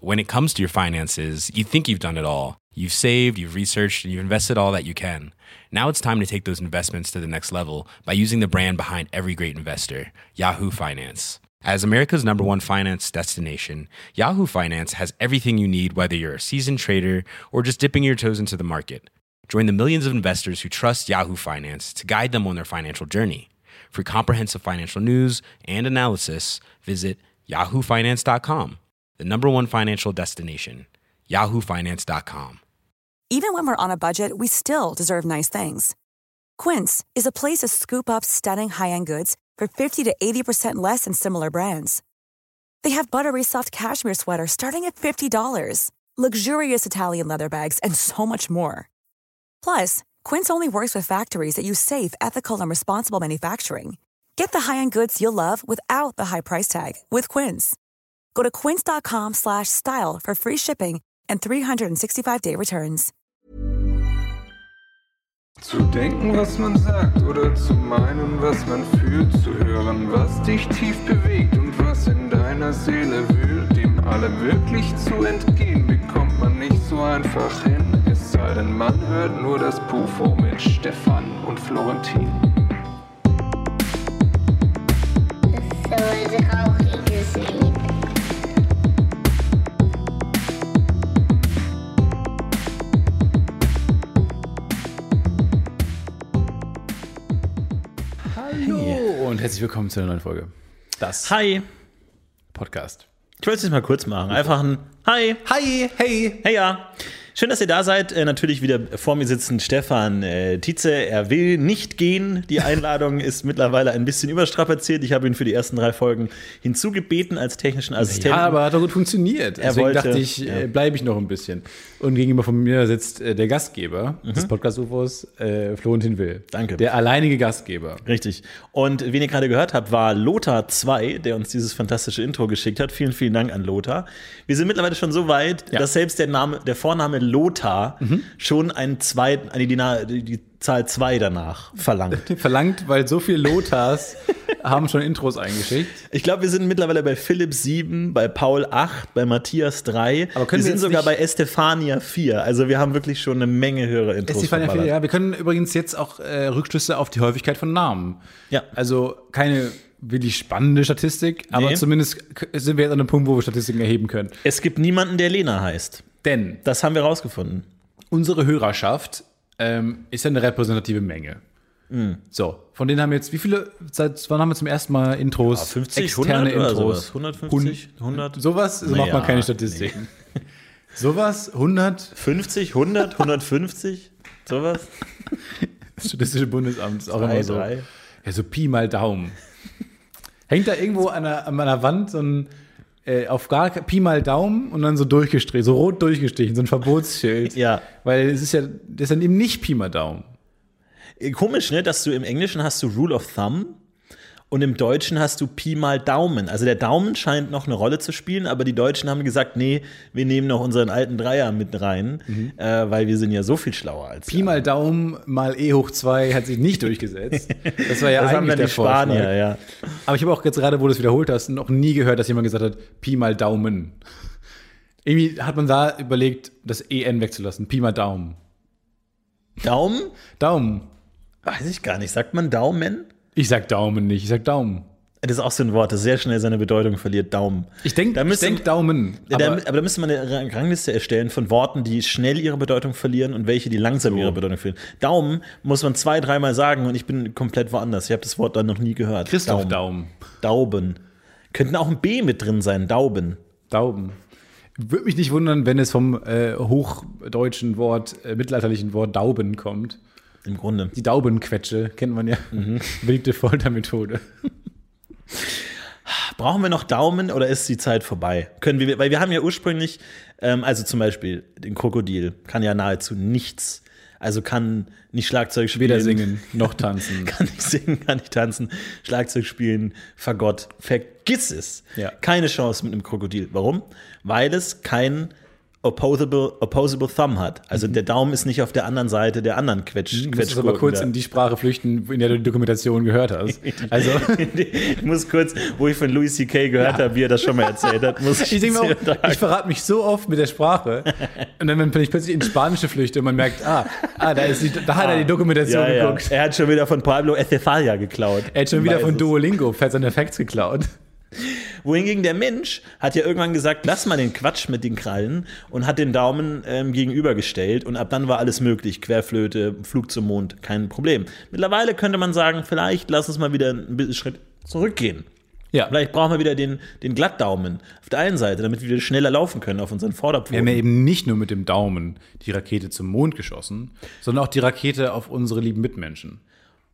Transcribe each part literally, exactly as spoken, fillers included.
when it comes to your finances, you think you've done it all. You've saved, you've researched, and you've invested all that you can. Now it's time to take those investments to the next level by using the brand behind every great investor, Yahoo Finance. As America's number one finance destination, Yahoo Finance has everything you need, whether you're a seasoned trader or just dipping your toes into the market. Join the millions of investors who trust Yahoo Finance to guide them on their financial journey. For comprehensive financial news and analysis, visit yahoo finance dot com, the number one financial destination, yahoo finance dot com. Even when we're on a budget, we still deserve nice things. Quince is a place to scoop up stunning high-end goods for fifty to eighty percent less than similar brands. They have buttery soft cashmere sweaters starting at fifty dollars, luxurious Italian leather bags, and so much more. Plus, Quince only works with factories that use safe, ethical, and responsible manufacturing. Get the high-end goods you'll love without the high price tag with Quince. Go to quince dot com slash style for free shipping and three sixty-five day returns. Zu denken, was man sagt, oder zu meinen, was man fühlt, zu hören, was dich tief bewegt und was in deiner Seele wühlt, dem allem wirklich zu entgehen, bekommt man nicht so einfach hin, es sei denn, man hört nur das Pufo mit Stefan und Florentin. So ein rauchiges Lied. Hallo und herzlich willkommen zu einer neuen Folge. Das Hi. Podcast. Ich wollte es jetzt mal kurz machen. Einfach ein Hi. Hi, hey. Hey, ja. Schön, dass ihr da seid. Äh, natürlich wieder vor mir sitzen Stefan äh, Tietze. Er will nicht gehen. Die Einladung ist mittlerweile ein bisschen überstrapaziert. Ich habe ihn für die ersten drei Folgen hinzugebeten als technischen Assistenten. Ja, aber hat doch gut funktioniert. Er Deswegen wollte, dachte ich, ja. äh, bleibe ich noch ein bisschen. Und gegenüber von mir sitzt äh, der Gastgeber mhm. des Podcast-U F Os, äh, Florentin Will. Danke. Der alleinige Gastgeber. Richtig. Und wen ihr gerade gehört habt, war Lothar zwei, der uns dieses fantastische Intro geschickt hat. Vielen, vielen Dank an Lothar. Wir sind mittlerweile schon so weit, ja. dass selbst der Name, der Vorname Lothar mhm. schon einen zweiten, eine, die, die Zahl zwei danach verlangt. Verlangt, weil so viele Lothars haben schon Intros eingeschickt. Ich glaube, wir sind mittlerweile bei Philipp sieben, bei Paul acht, bei Matthias drei. Aber können wir, wir sind sogar bei Estefania vier. Also wir haben wirklich schon eine Menge höhere Intros. Estefania vier, ja. Wir können übrigens jetzt auch äh, Rückschlüsse auf die Häufigkeit von Namen. Ja. Also keine wirklich spannende Statistik, aber nee. Zumindest sind wir jetzt an einem Punkt, wo wir Statistiken erheben können. Es gibt niemanden, der Lena heißt. Denn das haben wir rausgefunden. Unsere Hörerschaft ähm, ist ja eine repräsentative Menge. Mm. So, von denen haben wir jetzt, wie viele, seit wann haben wir zum ersten Mal Intros, ja, fünfzig, externe hundert Intros? hundertfünfzig, hundert Sowas, so naja, macht man keine Statistiken. Nee. Sowas, hundert? fünfzig, hundert, hundertfünfzig, sowas. Das Statistische Bundesamt ist auch drei, immer so. Drei. Ja, so Pi mal Daumen. Hängt da irgendwo an der, an meiner Wand so ein Äh, auf gar Pi mal Daumen und dann so durchgestrichen, so rot durchgestrichen, so ein Verbotsschild. Ja. Weil es ist ja, das ist dann eben nicht Pi mal Daumen. Komisch, ne, dass du im Englischen hast du Rule of Thumb und im Deutschen hast du Pi mal Daumen. Also der Daumen scheint noch eine Rolle zu spielen, aber die Deutschen haben gesagt, nee, wir nehmen noch unseren alten Dreier mit rein, mhm. äh, weil wir sind ja so viel schlauer als Pi mal Daumen mal E hoch zwei hat sich nicht durchgesetzt. Das war ja das eigentlich haben dann der die Spanier, Vorschlag. Ja. Aber ich habe auch jetzt gerade, wo du es wiederholt hast, noch nie gehört, dass jemand gesagt hat, Pi mal Daumen. Irgendwie hat man da überlegt, das E N wegzulassen. Pi mal Daumen. Daumen? Daumen. Weiß ich gar nicht. Sagt man Daumen? Ich sag Daumen nicht, ich sag Daumen. Das ist auch so ein Wort, das sehr schnell seine Bedeutung verliert. Daumen. Ich denke denk Daumen. Aber da, aber da müsste man eine Rangliste erstellen von Worten, die schnell ihre Bedeutung verlieren und welche, die langsam so. ihre Bedeutung verlieren. Daumen muss man zwei, dreimal sagen und ich bin komplett woanders. Ich habe das Wort dann noch nie gehört. Christoph Daumen. Dauben. Könnten auch ein B mit drin sein. Dauben. Dauben. Würde mich nicht wundern, wenn es vom äh, hochdeutschen Wort, äh, mittelalterlichen Wort Dauben kommt. Im Grunde. Die Daubenquetsche kennt man ja. Mhm. Beliebte Foltermethode. Brauchen wir noch Daumen oder ist die Zeit vorbei? Können wir, weil wir haben ja ursprünglich, ähm, also zum Beispiel den Krokodil kann ja nahezu nichts. Also kann nicht Schlagzeug spielen. Weder singen noch tanzen. Kann nicht singen, kann nicht tanzen. Schlagzeug spielen, Fagott. Vergiss es. Ja. Keine Chance mit einem Krokodil. Warum? Weil es kein opposable, opposable Thumb hat. Also der Daumen ist nicht auf der anderen Seite der anderen Quetsch. Du musst aber kurz da. in die Sprache flüchten, in der du die Dokumentation gehört hast. Also ich muss kurz, wo ich von Louis C K gehört ja. habe, wie er das schon mal erzählt hat, muss ich Ich denke mir auch, ich verrate mich so oft mit der Sprache und dann, wenn ich plötzlich ins Spanische flüchte und man merkt, ah, ah da, ist die, da hat er die Dokumentation ja, geguckt. Ja. Er hat schon wieder von Pablo Estefalia geklaut. Er hat schon wieder von Duolingo Facts and Effects geklaut. Wohingegen der Mensch hat ja irgendwann gesagt, lass mal den Quatsch mit den Krallen und hat den Daumen ähm, gegenübergestellt und ab dann war alles möglich. Querflöte, Flug zum Mond, kein Problem. Mittlerweile könnte man sagen, vielleicht lass uns mal wieder einen bisschen Schritt zurückgehen. Ja. Vielleicht brauchen wir wieder den, den Glattdaumen auf der einen Seite, damit wir wieder schneller laufen können auf unseren Vorderpfoten. Wir haben ja eben nicht nur mit dem Daumen die Rakete zum Mond geschossen, sondern auch die Rakete auf unsere lieben Mitmenschen.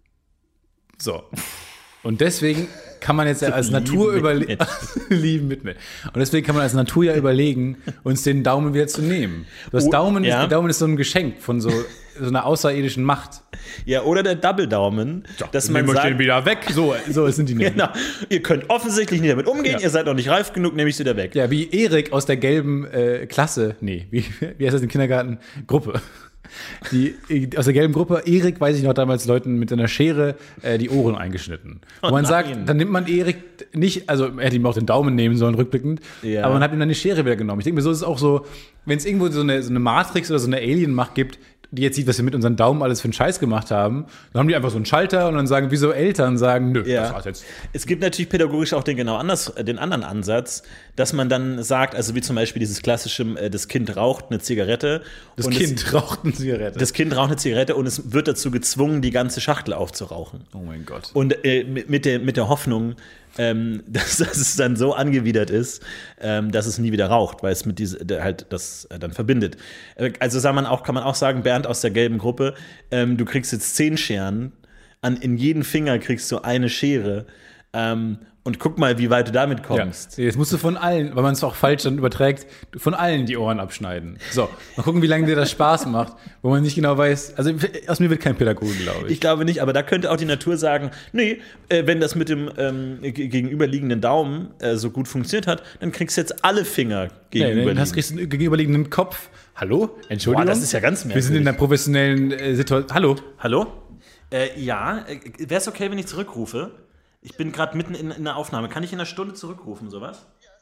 So. Und deswegen kann man jetzt ja als Natur überlegen, lieben Mitmenschen. Und deswegen kann man als Natur ja überlegen, uns den Daumen wieder zu nehmen. Das Oh, Daumen, ja. ist, der Daumen ist so ein Geschenk von so, so einer außerirdischen Macht. Ja, oder der Double-Daumen, dass man Nehmen wir sagt, den wieder weg. So, so sind die nämlich. genau, ihr könnt offensichtlich nicht damit umgehen, Ja. ihr seid noch nicht reif genug, nehme ich sie wieder weg. Ja, wie Erik aus der gelben äh, Klasse, nee, wie, wie heißt das im Kindergarten? Gruppe. Die, aus der gelben Gruppe, Erik, weiß ich noch, damals Leuten mit einer Schere äh, die Ohren eingeschnitten. Wo Oh man nein. sagt, dann nimmt man Erik nicht, also er hätte ihm auch den Daumen nehmen sollen, rückblickend, Ja. aber man hat ihm dann die Schere wieder genommen. Ich denke mir, so ist es auch so, wenn es irgendwo so eine, so eine Matrix oder so eine Alien-Macht gibt, die jetzt sieht, was wir mit unseren Daumen alles für einen Scheiß gemacht haben, dann haben die einfach so einen Schalter und dann sagen, wie so Eltern sagen, nö, Ja. das war's jetzt. Es gibt natürlich pädagogisch auch den genau anders, äh, den anderen Ansatz, dass man dann sagt, also wie zum Beispiel dieses klassische, äh, das Kind raucht eine Zigarette. Das und Kind Es, raucht eine Zigarette. das Kind raucht eine Zigarette und es wird dazu gezwungen, die ganze Schachtel aufzurauchen. oh mein Gott. Und äh, mit, mit, der, mit der Hoffnung, ähm, dass, dass es dann so angewidert ist, ähm, dass es nie wieder raucht, weil es mit diese, der, halt das äh, dann verbindet. Äh, also sagt man auch, kann man auch sagen, Bernd aus der gelben Gruppe, ähm, du kriegst jetzt zehn Scheren, an, in jeden Finger kriegst du eine Schere ähm, und guck mal, wie weit du damit kommst. Ja. Jetzt musst du von allen, weil man es auch falsch dann überträgt, von allen die Ohren abschneiden. So, mal gucken, wie lange dir das Spaß macht, wo man nicht genau weiß. Also aus mir wird kein Pädagoge, glaube ich. Ich glaube nicht, aber da könnte auch die Natur sagen, nee, äh, wenn das mit dem ähm, g- gegenüberliegenden Daumen äh, so gut funktioniert hat, dann kriegst du jetzt alle Finger Nee, gegenüberliegend. dann hast kriegst du einen gegenüberliegenden Kopf. Hallo? Entschuldigung? Boah, das ist ja ganz Wir sind in einer professionellen äh, Situation. Hallo? Hallo? Äh, ja, äh, wäre es okay, wenn ich zurückrufe? Ich bin gerade mitten in, in der Aufnahme. Kann ich in einer Stunde zurückrufen, sowas?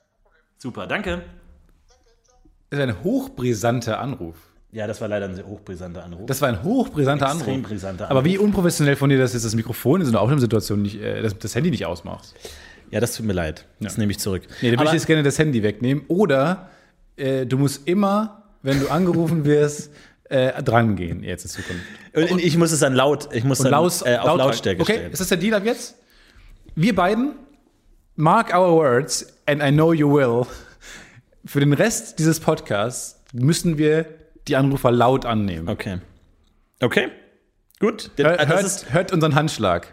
Super, danke. Das ist ein hochbrisanter Anruf. Ja, das war leider ein sehr hochbrisanter Anruf. Das war ein hochbrisanter Extrem Anruf. brisanter Aber Anruf. wie unprofessionell von dir, dass jetzt das Mikrofon in so einer Aufnahmesituation nicht, äh, das, das Handy nicht ausmacht. Ja, das tut mir leid. Das nehme ich zurück. Nee, dann würde Aber- ich jetzt gerne das Handy wegnehmen. Oder äh, du musst immer, wenn du angerufen wirst, äh, dran gehen jetzt in Zukunft. Und ich muss es dann laut, ich muss Und dann laut, äh, auf laut Lautstärke Okay, stellen. ist das der Deal ab jetzt? Wir beiden, mark our words, and I know you will. Für den Rest dieses Podcasts müssen wir die Anrufer laut annehmen. Okay. Okay, gut. Hör, das, hört, ist, hört unseren Handschlag.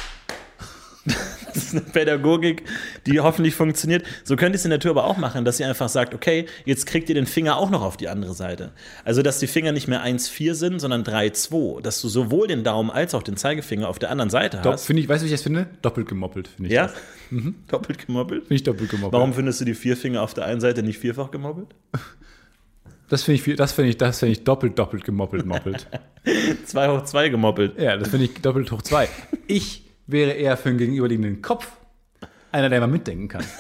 das ist eine Pädagogik, die hoffentlich funktioniert. So könnte es in der Natur aber auch machen, dass sie einfach sagt, okay, jetzt kriegt ihr den Finger auch noch auf die andere Seite. Also, dass die Finger nicht mehr eins vier sind, sondern drei zwei. Dass du sowohl den Daumen als auch den Zeigefinger auf der anderen Seite Dopp- hast. Finde ich, weißt du, wie ich das finde? Doppelt gemoppelt, finde ich. Ja? das. Doppelt gemoppelt? Finde ich doppelt gemoppelt. Warum findest du die vier Finger auf der einen Seite nicht vierfach gemoppelt? Das finde ich, viel- das finde ich, das finde ich doppelt, doppelt gemoppelt, moppelt. Zwei hoch zwei gemoppelt. Ja, das finde ich doppelt hoch zwei. Ich wäre eher für einen gegenüberliegenden Kopf einer, der mal mitdenken kann.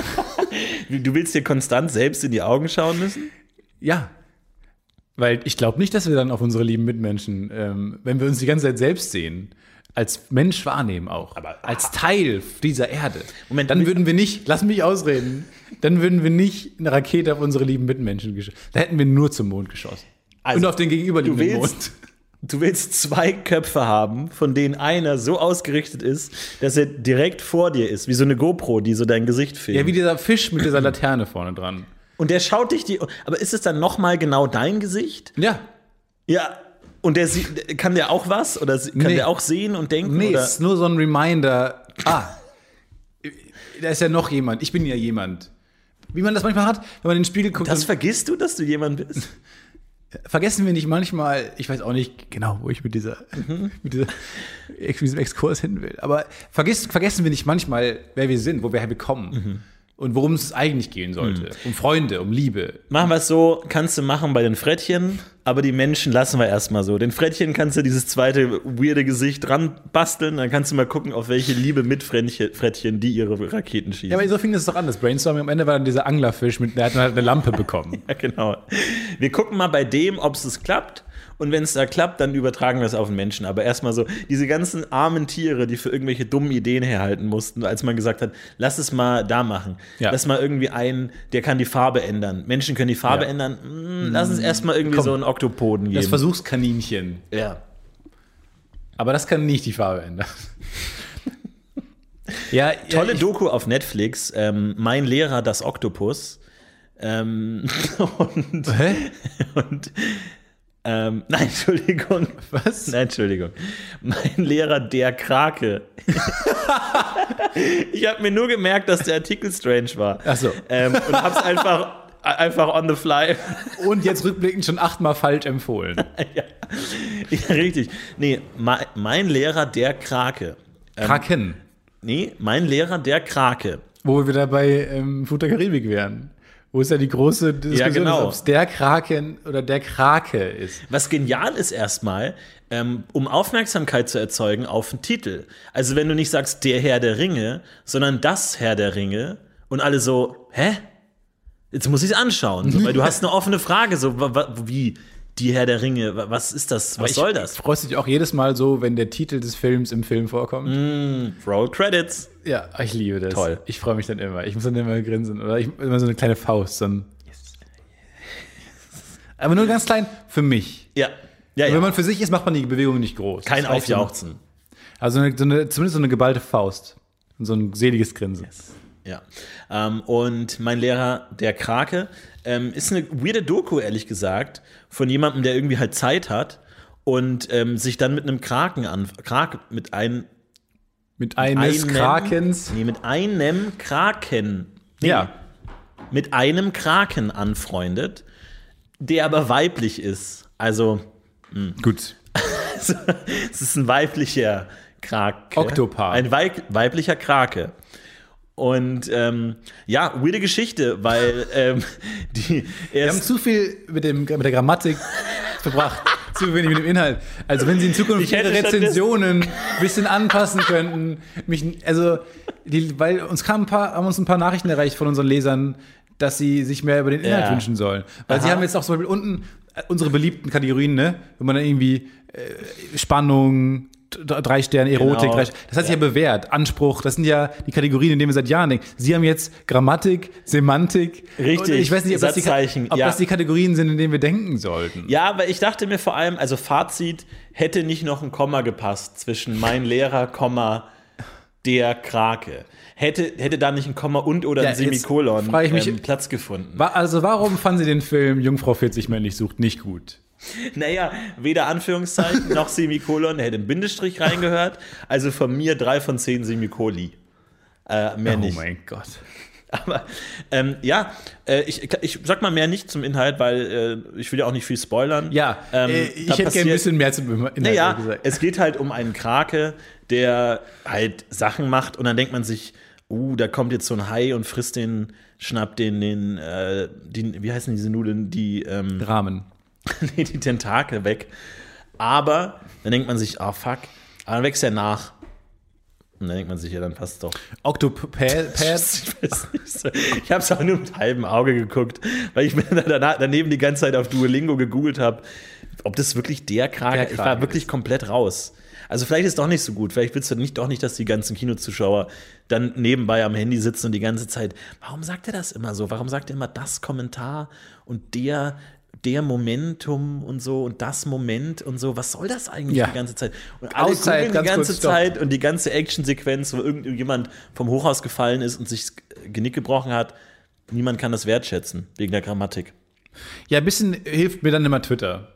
Du willst dir konstant selbst in die Augen schauen müssen? Ja. Weil ich glaube nicht, dass wir dann auf unsere lieben Mitmenschen, ähm, wenn wir uns die ganze Zeit selbst sehen, als Mensch wahrnehmen auch, Aber- als Teil dieser Erde, Moment, dann mit- würden wir nicht, lass mich ausreden, dann würden wir nicht eine Rakete auf unsere lieben Mitmenschen geschossen. Da hätten wir nur zum Mond geschossen. Also, Und auf den gegenüberliegenden du willst- Mond. Du willst zwei Köpfe haben, von denen einer so ausgerichtet ist, dass er direkt vor dir ist, wie so eine GoPro, die so dein Gesicht filmt. Ja, wie dieser Fisch mit dieser Laterne vorne dran. Und der schaut dich die. Aber ist es dann nochmal genau dein Gesicht? Ja. Ja. Und der sieht, kann der auch was? Oder kann Nee. der auch sehen und denken? Nee, oder? es ist nur so ein Reminder. Ah, da ist ja noch jemand. Ich bin ja jemand. Wie man das manchmal hat, wenn man in den Spiegel guckt. Das dann vergisst du, dass du jemand bist? vergessen wir nicht manchmal, ich weiß auch nicht genau, wo ich mit dieser, mit dieser mit diesem Exkurs hin will, aber vergiss, vergessen wir nicht manchmal, wer wir sind, woher wir kommen. und worum es eigentlich gehen sollte. Um Freunde, um Liebe. Machen wir es so, kannst du machen bei den Frettchen, aber die Menschen lassen wir erstmal so. Den Frettchen kannst du dieses zweite weirde Gesicht dran basteln, dann kannst du mal gucken, auf welche Liebe mit Frettchen die ihre Raketen schießen. Ja, aber so fing das doch an. Das Brainstorming am Ende war dann dieser Anglerfisch, mit, der hat halt eine Lampe bekommen. Ja, genau. Wir gucken mal bei dem, ob es klappt. Und wenn es da klappt, dann übertragen wir es auf den Menschen. Aber erstmal so, diese ganzen armen Tiere, die für irgendwelche dummen Ideen herhalten mussten, als man gesagt hat, lass es mal da machen. Ja. Lass mal irgendwie einen, der kann die Farbe ändern. Menschen können die Farbe Ja. ändern. Hm, lass uns erstmal irgendwie Komm. so einen Oktopoden geben. Das Versuchskaninchen. Ja. Aber das kann nicht die Farbe ändern. ja, Tolle ja, ich, Doku auf Netflix, ähm, Mein Lehrer, das Oktopus. Ähm, und, Hä? und ähm, nein, Entschuldigung. Was? Nein, Entschuldigung. Mein Lehrer, der Krake. Ich habe mir nur gemerkt, dass der Artikel strange war. Ach so. Ähm, und hab's einfach, einfach on the fly. Und jetzt rückblickend schon achtmal falsch empfohlen. ja. ja, richtig. Nee, mein, mein Lehrer, der Krake. Ähm, Kraken. Nee, mein Lehrer, der Krake. Wo wir wieder bei ähm, Flut der Karibik wären. Wo ist ja die große Diskussion, genau. ob es der Kraken oder der Krake ist. Was genial ist erstmal, ähm, um Aufmerksamkeit zu erzeugen auf den Titel. Also wenn du nicht sagst, der Herr der Ringe, sondern das Herr der Ringe und alle so, hä? Jetzt muss ich es anschauen, so, weil du hast eine offene Frage, so wa- wa- wie die Herr der Ringe, wa- was ist das, was ich, soll das? Freust du dich auch jedes Mal so, wenn der Titel des Films im Film vorkommt? Roll Credits. Ja, ich liebe das. Toll. Ich freue mich dann immer. Ich muss dann immer grinsen. Oder ich, immer so eine kleine Faust. So ein Aber nur ganz klein für mich. Ja, ja, Und ja. wenn man für sich ist, macht man die Bewegung nicht groß. Kein Das reicht Aufjauchzen. so. Also eine, so eine, zumindest so eine geballte Faust. Und so ein seliges Grinsen. Ja. Ähm, und mein Lehrer, der Krake, ähm, ist eine weirde Doku, ehrlich gesagt, von jemandem, der irgendwie halt Zeit hat und ähm, sich dann mit einem Kraken an, Krak, mit einem, Mit eines einem Krakens. Nee, mit einem Kraken. Nee, Ja. Mit einem Kraken anfreundet, der aber weiblich ist. Also, Gut. es ist ein weiblicher Krake. Oktopar. Ein weib weiblicher Krake. Und ähm, ja, weirde Geschichte, weil ähm, die Wir haben erst zu viel mit, dem, mit der Grammatik verbracht. Zu wenig mit dem Inhalt. Also wenn Sie in Zukunft Ich hätte Ihre stattdessen- Rezensionen ein bisschen anpassen könnten, mich, also die, weil uns kamen ein paar, haben uns ein paar Nachrichten erreicht von unseren Lesern, dass sie sich mehr über den Inhalt Ja. wünschen sollen. Weil Aha. sie haben jetzt auch zum Beispiel unten äh, unsere beliebten Kategorien, ne? Wenn man dann irgendwie äh, Spannung, d- drei Sterne, Erotik, Genau. drei, das hat sich ja bewährt. Anspruch, das sind ja die Kategorien, in denen wir seit Jahren denken. Sie haben jetzt Grammatik, Semantik. Richtig, Und ich weiß nicht, ob, das die, Satzzeichen, ob ja. das die Kategorien sind, in denen wir denken sollten. Ja, aber ich dachte mir vor allem, also Fazit, hätte nicht noch ein Komma gepasst zwischen mein Lehrer, Komma, der Krake. Hätte, hätte da nicht ein Komma und oder Ja, ein jetzt Semikolon frage ich mich- ähm, Platz gefunden? Wa- Also warum fanden Sie den Film Jungfrau vierzig männlich sucht nicht gut? Naja, weder Anführungszeichen noch Semikolon, hätte ein Bindestrich reingehört. Also von mir drei von zehn Semikoli. Äh, mehr Oh nicht. mein Gott. Aber ähm, ja, äh, ich, ich sag mal mehr nicht zum Inhalt, weil äh, ich will ja auch nicht viel spoilern. Ja, Ähm, äh, da ich hätte gerne ein passiert- bisschen mehr zum Inhalt Naja, gesagt. es geht halt um einen Krake, der halt Sachen macht und dann denkt man sich, uh, da kommt jetzt so ein Hai und frisst den, schnappt den, den, äh, die, wie heißen diese Nudeln, die, ähm, Rahmen. nee, die Tentakel weg. Aber dann denkt man sich, ah, fuck, aber dann wächst er nach. Und dann denkt man sich, ja, dann passt doch. Octopad. Ich weiß nicht so. Ich habe es auch nur mit halbem Auge geguckt, weil ich mir danach, daneben die ganze Zeit auf Duolingo gegoogelt habe, ob das wirklich der Krake Der ist. Ich war Krake wirklich komplett raus. Also vielleicht ist es doch nicht so gut. Vielleicht willst du nicht, doch nicht, dass die ganzen Kinozuschauer dann nebenbei am Handy sitzen und die ganze Zeit, warum sagt er das immer so? Warum sagt er immer das Kommentar und der der Momentum und so und das Moment und so, was soll das eigentlich Ja. die ganze Zeit? Und alle Auszeit, googeln ganz die ganze kurz, stopp. Zeit und die ganze Actionsequenz, wo irgendjemand vom Hochhaus gefallen ist und sich das Genick gebrochen hat, niemand kann das wertschätzen, wegen der Grammatik. Ja, ein bisschen hilft mir dann immer Twitter.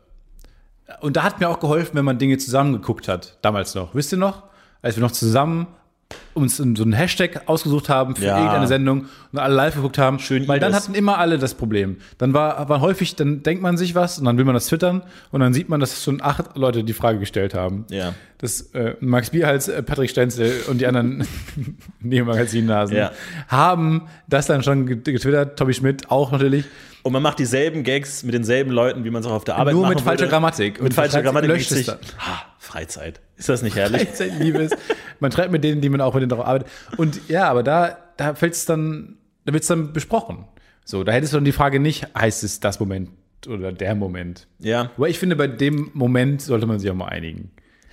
Und da hat mir auch geholfen, wenn man Dinge zusammen geguckt hat, damals noch. Wisst ihr noch? Als wir noch zusammen uns so einen Hashtag ausgesucht haben für Ja. irgendeine Sendung und alle live geguckt haben. Schön weil dann Iris. hatten immer alle das Problem. Dann war, war häufig, dann denkt man sich was und dann will man das twittern und dann sieht man, dass schon acht Leute die Frage gestellt haben. Ja. Das äh, Max Bierhals, äh, Patrick Stenzel und die anderen Neo-Magazin-Nasen Ja. haben das dann schon getwittert. Tommy Schmidt auch natürlich. Und man macht dieselben Gags mit denselben Leuten, wie man es auch auf der Arbeit Nur machen mit falscher würde. Grammatik. Mit Und falscher schreibt- Grammatik löscht denkt es sich, dann. ha, Freizeit. Ist das nicht herrlich? Liebe ist. Man schreibt mit denen, die man auch mit denen darauf arbeitet. Und ja, aber da, da fällt es dann, da wird es dann besprochen. So, da hättest du dann die Frage nicht, heißt es das Moment oder der Moment. Ja. Aber ich finde, bei dem Moment sollte man sich auch mal einigen.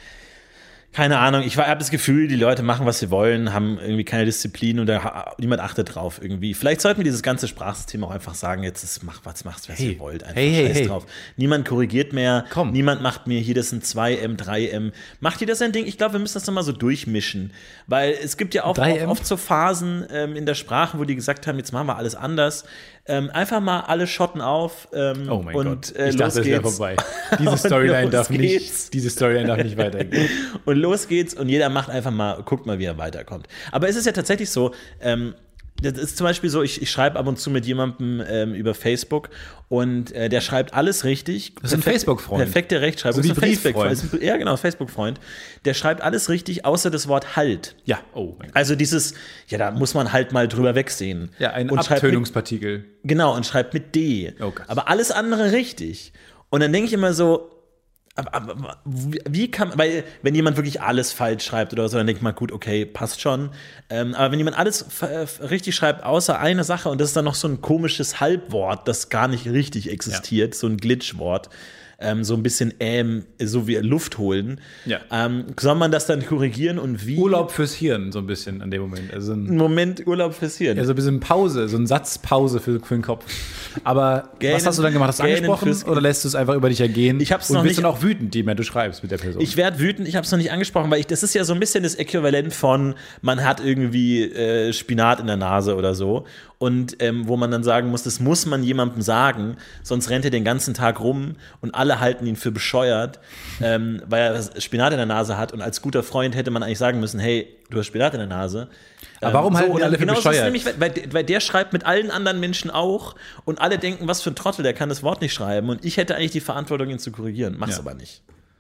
Keine Ahnung, ich habe das Gefühl, die Leute machen, was sie wollen, haben irgendwie keine Disziplin und da, niemand achtet drauf irgendwie. Vielleicht sollten wir dieses ganze Sprachsystem auch einfach sagen, jetzt ist, macht was, macht was Hey. ihr wollt, einfach Hey, hey, scheiß hey. drauf. Niemand korrigiert mehr, Komm. niemand macht mir hier, das sind zwei M, drei M. Macht ihr das ein Ding? Ich glaube, wir müssen das nochmal so durchmischen, weil es gibt ja auch drei oft, M? oft so Phasen ähm, in der Sprache, wo die gesagt haben, jetzt machen wir alles anders. Ähm, einfach mal alle Schotten auf ähm, Oh mein und Gott. äh, Ich los dachte, es wäre geht's. vorbei. Diese Storyline los darf geht's. nicht, diese Storyline darf nicht weitergehen. Und los geht's und jeder macht einfach mal, guckt mal, wie er weiterkommt. Aber es ist ja tatsächlich so, ähm, das ist zum Beispiel so, ich, ich schreibe ab und zu mit jemandem ähm, über Facebook und äh, der schreibt alles richtig. Das ist ein Facebook-Freund. Perfekte Rechtschreibung. So wie Das ist ein Brieffreund. Facebook- ist ein- Ja, genau, Facebook-Freund. Der schreibt alles richtig, außer das Wort halt. Ja, oh mein Gott. Also dieses, ja, da muss man halt mal drüber wegsehen. Ja, ein und schreibt mit, Abtönungspartikel. Genau, und schreibt mit D. Oh Gott. Aber alles andere richtig. Und dann denke ich immer so, aber, aber wie wie kann, weil wenn jemand wirklich alles falsch schreibt oder so, dann denkt man, gut, okay, passt schon. Ähm, aber wenn jemand alles f- richtig schreibt, außer eine Sache, und das ist dann noch so ein komisches Halbwort, das gar nicht richtig existiert, so ein Glitchwort, ähm, so ein bisschen ähm, so wie Luft holen, Ja. ähm, soll man das dann korrigieren und wie? Urlaub fürs Hirn, so ein bisschen an dem Moment. Also ein, Ein Moment Urlaub fürs Hirn. ja, so ein bisschen Pause, so ein Satzpause für, für den Kopf. Aber Gähnen- was hast du dann gemacht? Hast du Gähnen angesprochen fürs- oder lässt du es einfach über dich ergehen? Ich hab's und noch bist nicht- dann auch wütend, je mehr du schreibst mit der Person. Ich werde wütend, ich habe es noch nicht angesprochen, weil ich, das ist ja so ein bisschen das Äquivalent von, man hat irgendwie äh, Spinat in der Nase oder so. Und ähm, wo man dann sagen muss, das muss man jemandem sagen, sonst rennt er den ganzen Tag rum und alle halten ihn für bescheuert, ähm, weil er Spinat in der Nase hat. Und als guter Freund hätte man eigentlich sagen müssen, hey, du hast Spinat in der Nase. Aber warum halten die und alle für genau so ist es bescheuert? nämlich, weil, weil der schreibt mit allen anderen Menschen auch und alle denken, was für ein Trottel, der kann das Wort nicht schreiben. Und ich hätte eigentlich die Verantwortung, ihn zu korrigieren. Mach's Ja. aber nicht.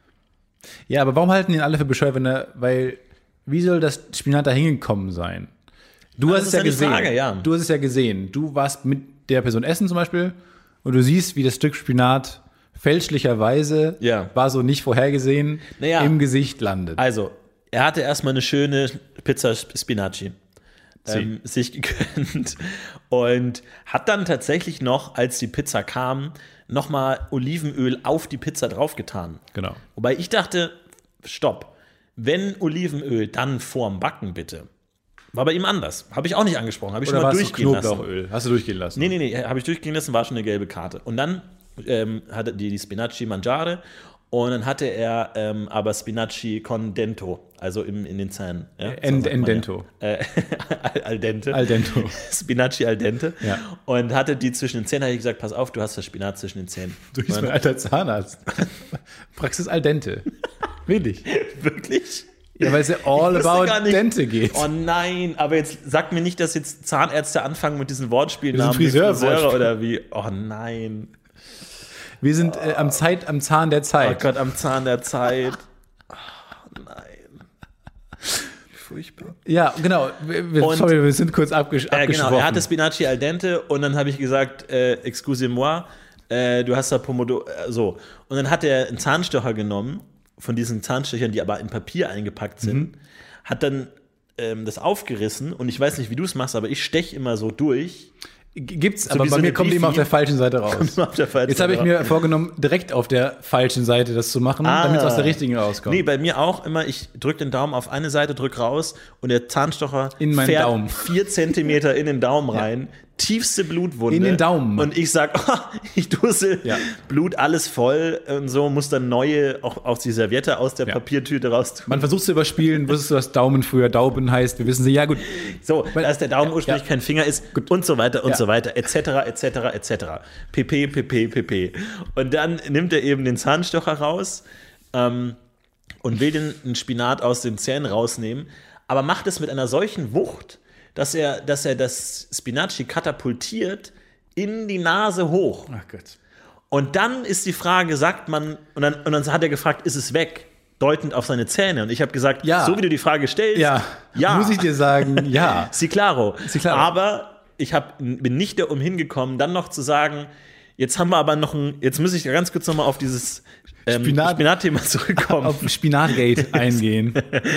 Ja, aber warum halten ihn alle für bescheuert, wenn er, weil, wie soll das Spinat da hingekommen sein? Du Ah, hast das es ist ja ja die gesehen. Frage, ja. Du hast es ja gesehen. Du warst mit der Person essen zum Beispiel und du siehst, wie das Stück Spinat fälschlicherweise, Ja. war so nicht vorhergesehen, Naja. im Gesicht landet. Also, er hatte erstmal eine schöne Pizza Spinaci ähm, sich gegönnt und hat dann tatsächlich noch, als die Pizza kam, nochmal Olivenöl auf die Pizza draufgetan. Genau. Wobei ich dachte, stopp, wenn Olivenöl, dann vorm Backen bitte. War bei ihm anders. Habe ich auch nicht angesprochen. Habe ich Oder schon mal war es so durchgehen lassen. Knoblauchöl? Hast du durchgehen lassen? Nee, nee, nee, habe ich durchgehen lassen, war schon eine gelbe Karte. Und dann ähm, hatte die, die Spinaci Mangiare und dann hatte er ähm, aber Spinaci con dento, also im, in den Zähnen. Ja? Äh, en- sagt en man ja. dento. Äh, al, al dente. Al dento. Spinaci al dente. Ja. Und hatte die zwischen den Zähnen, habe ich gesagt, pass auf, du hast das Spinat zwischen den Zähnen. Du bist Und mein alter Zahnarzt. Praxis al dente. Wirklich. wirklich? Ja, weil es ja all wusste about gar nicht- dente geht. Oh nein, aber jetzt sag mir nicht, dass jetzt Zahnärzte anfangen mit diesen Wortspielnamen. Wir sind wie Friseur- Friseure oder wie. Oh nein. Wir sind äh, am, Zeit, am Zahn der Oh Zeit. Gott, am Zahn der Zeit. Oh nein. Furchtbar. Ja, genau. Wir, wir, Und- sorry, wir sind kurz abgesch Äh, abgeschwoffen. genau, er hatte Spinaci al dente und dann habe ich gesagt, äh, excusez-moi, äh, du hast da Pomodoro, äh, so. Und dann hat er einen Zahnstocher genommen, von diesen Zahnstechern, die aber in Papier eingepackt sind, Mhm. hat dann ähm, das aufgerissen und ich weiß nicht, wie du es machst, aber ich steche immer so durch. G- Gibt's, So aber wie bei so mir eine kommt Beefy. immer auf der falschen Seite raus. Kommt immer auf der falschen Jetzt habe ich Seite mir vorgenommen, direkt auf der falschen Seite das zu machen, damit es aus der richtigen rauskommt. Nee, bei mir auch immer, ich drücke den Daumen auf eine Seite, drück raus und der Zahnstocher In meinen fährt Daumen. vier Zentimeter in den Daumen rein. Tiefste Blutwunde. In den Daumen. Und ich sag, oh, ich dussel, Ja. Blut alles voll und so, muss dann neue, auch, auch die Serviette aus der Ja. Papiertüte raus tun. Man versucht zu überspielen, wusstest du, dass Daumen früher Dauben heißt. Wir wissen sie, ja gut. So, Weil- dass der Daumen ursprünglich ja. kein Finger ist und so weiter und Ja. so weiter, et cetera, et cetera, et cetera. pp, pp, pp. Und dann nimmt er eben den Zahnstocher raus ähm, und will den, den Spinat aus den Zähnen rausnehmen. aber macht es mit einer solchen Wucht, dass er, dass er das Spinaci katapultiert in die Nase hoch. Ach Gott. Und dann ist die Frage, sagt man, und dann, und dann hat er gefragt, ist es weg? Deutend auf seine Zähne. Und ich habe gesagt, ja. so wie du die Frage stellst, Ja, ja. muss ich dir sagen, ja. Si claro. Si claro. Aber ich hab, bin nicht darum hingekommen, dann noch zu sagen, jetzt haben wir aber noch ein, jetzt muss ich ganz kurz nochmal auf dieses ähm, Spinat- Spinat-Thema zurückkommen. Auf Spinatgate eingehen.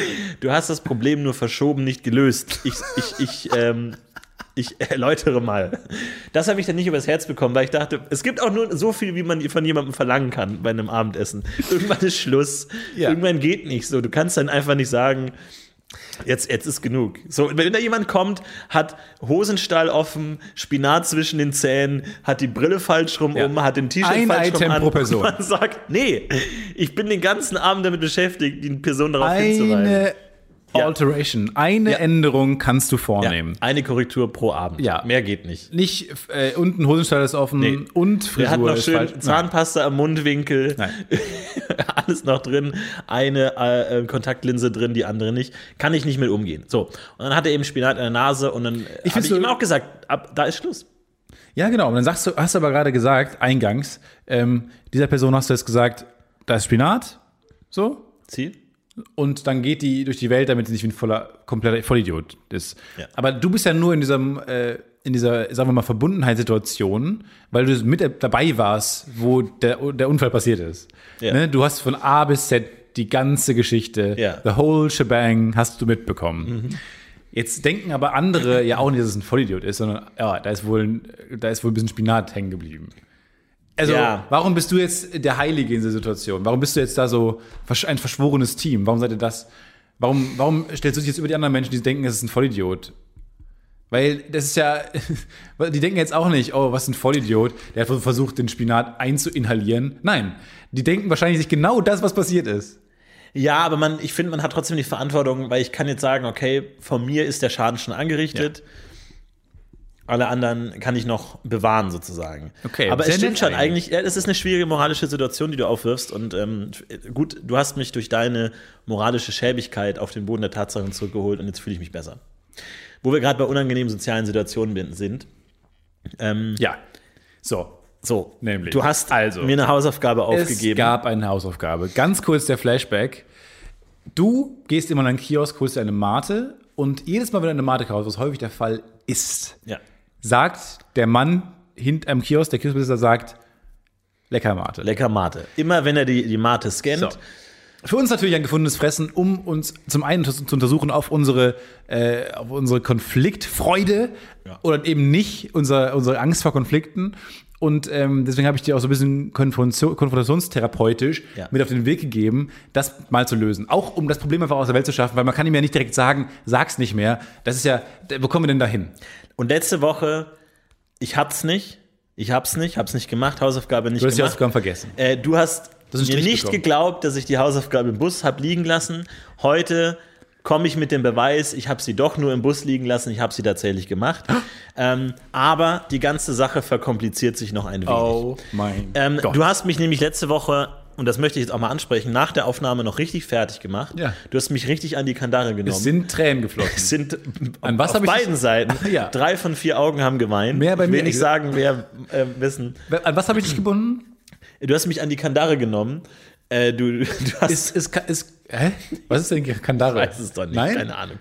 Du hast das Problem nur verschoben, nicht gelöst. Ich, ich, ich, ähm, ich erläutere mal. Das habe ich dann nicht übers Herz bekommen, weil ich dachte, es gibt auch nur so viel, wie man von jemandem verlangen kann bei einem Abendessen. Irgendwann ist Schluss. Ja. Irgendwann geht nicht so. Du kannst dann einfach nicht sagen, Jetzt, jetzt ist genug. So, wenn da jemand kommt, hat Hosenstall offen, Spinat zwischen den Zähnen, hat die Brille falsch rum Ja. um, hat den T-Shirt Ein falsch Item rum an. pro Person. Man sagt, nee, ich bin den ganzen Abend damit beschäftigt, die Person darauf hinzuweisen. Eine Ja. Alteration, eine Ja. Änderung kannst du Ja, vornehmen. eine Korrektur pro Abend. Ja. Mehr geht nicht. Nicht äh, unten Hosenstall ist offen Nee. und Frisur Er hat noch ist schön falsch. Nein. Zahnpasta am Mundwinkel, Nein. alles noch drin, eine äh, Kontaktlinse drin, die andere nicht. Kann ich nicht mit umgehen. So, und dann hat er eben Spinat in der Nase und dann habe ich find's so- ihm auch gesagt, ab, da ist Schluss. Ja, genau. Und dann sagst du, hast du aber gerade gesagt, eingangs, ähm, dieser Person hast du jetzt gesagt, da ist Spinat, so, Ziel? und dann geht die durch die Welt, damit sie nicht wie ein voller, kompletter Vollidiot ist. Ja. Aber du bist ja nur in diesem, äh, in dieser, sagen wir mal, Verbundenheitssituation, weil du mit dabei warst, wo der, der Unfall passiert ist. Ja. Ne? Du hast von A bis Z die ganze Geschichte, Ja. the whole shebang hast du mitbekommen. Jetzt denken aber andere ja auch nicht, dass es ein Vollidiot ist, sondern ja, da ist wohl, ein- da ist wohl ein bisschen Spinat hängen geblieben. Also, Ja. warum bist du jetzt der Heilige in dieser Situation? Warum bist du jetzt da so versch- ein verschworenes Team? Warum seid ihr das? Warum, warum stellst du dich jetzt über die anderen Menschen, die denken, es ist ein Vollidiot? Weil das ist ja, die denken jetzt auch nicht, oh, was ein Vollidiot, der hat versucht, den Spinat einzuinhalieren. Nein, die denken wahrscheinlich sich genau das, was passiert ist. Ja, aber man, ich finde, man hat trotzdem die Verantwortung, weil ich kann jetzt sagen, okay, von mir ist der Schaden schon angerichtet. Alle anderen kann ich noch bewahren, sozusagen. Okay, aber sehr es stimmt nett schon eigentlich. eigentlich, ja, es ist eine schwierige moralische Situation, die du aufwirfst. Und ähm, gut, du hast mich durch deine moralische Schäbigkeit auf den Boden der Tatsachen zurückgeholt und jetzt fühle ich mich besser. Wo wir gerade bei unangenehmen sozialen Situationen bin- sind. Ähm, Ja. So. So, Nämlich. du hast Also. mir eine Hausaufgabe Es aufgegeben. gab eine Hausaufgabe. Ganz kurz der Flashback. Du gehst immer in einen Kiosk, holst dir eine Mate und jedes Mal, wenn du eine Mate kaufst, was häufig der Fall ist, ja. sagt der Mann hinter am Kiosk, der Kioskbesitzer sagt, lecker Mate. Lecker Mate. Immer wenn er die, die Mate scannt. So. Für uns natürlich ein gefundenes Fressen, um uns zum einen zu zu untersuchen auf unsere, äh, auf unsere Konfliktfreude Ja. oder eben nicht unser, unsere Angst vor Konflikten. Und ähm, deswegen habe ich dir auch so ein bisschen konfrontation- konfrontationstherapeutisch Ja. mit auf den Weg gegeben, das mal zu lösen. Auch um das Problem einfach aus der Welt zu schaffen, weil man kann ihm ja nicht direkt sagen, sag's nicht mehr. Das ist ja, wo kommen wir denn da hin? Und letzte Woche, ich hab's nicht. Ich hab's nicht, hab's nicht gemacht, Hausaufgabe nicht Du hast die gemacht. Hausaufgaben vergessen. Äh, du hast Das ist ein mir Strich nicht bekommen. geglaubt, dass ich die Hausaufgabe im Bus hab liegen lassen. Heute komme ich mit dem Beweis, ich habe sie doch nur im Bus liegen lassen, ich habe sie tatsächlich gemacht. ähm, aber die ganze Sache verkompliziert sich noch ein wenig. Oh mein Ähm, Gott. du hast mich nämlich letzte Woche, und das möchte ich jetzt auch mal ansprechen, nach der Aufnahme noch richtig fertig gemacht. Ja. Du hast mich richtig an die Kandare genommen. Es sind Tränen geflossen. Es sind An was auf hab ich beiden dich- Seiten. Ja. Drei von vier Augen haben geweint. Mehr bei ich will mir. nicht sagen, wer äh, wissen. An was habe ich dich gebunden? Du hast mich an die Kandare genommen. Äh, du, du hast. Ist, ist, ist, hä? Was ist denn Kandare? Ich weiß es doch nicht, Nein? keine Ahnung.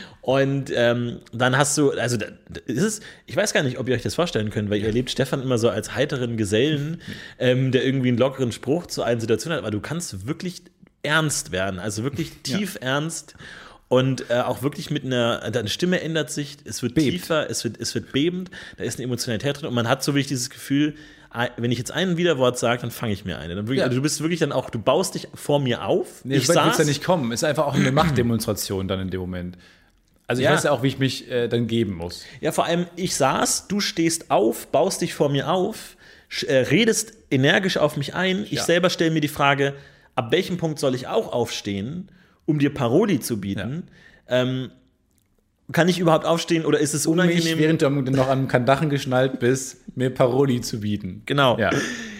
Und ähm, dann hast du, also da, da ist es, ich weiß gar nicht, ob ihr euch das vorstellen könnt, weil ihr erlebt Stefan immer so als heiteren Gesellen, ähm, der irgendwie einen lockeren Spruch zu allen Situationen hat, aber du kannst wirklich ernst werden, also wirklich tief ernst und äh, auch wirklich mit einer, deine Stimme ändert sich, es wird Bebt. tiefer, es wird, es wird bebend, da ist eine Emotionalität drin und man hat so wirklich dieses Gefühl, wenn ich jetzt ein Widerwort sage, dann fange ich mir eine. Dann wirklich, Ja. also du bist wirklich dann auch, du baust dich vor mir auf. Nee, ich ich will saß, ja nicht kommen. Ist einfach auch eine Machtdemonstration dann in dem Moment. Also ich Ja. weiß ja auch, wie ich mich äh, dann geben muss. Ja, vor allem, ich saß, du stehst auf, baust dich vor mir auf, sch- äh, redest energisch auf mich ein. Ich Ja. selber stelle mir die Frage, ab welchem Punkt soll ich auch aufstehen, um dir Paroli zu bieten? Ähm, kann ich überhaupt aufstehen oder ist es Um mich, unangenehm? während du am- noch am Kandachen geschnallt bist, mir Paroli zu bieten. Genau. Ja.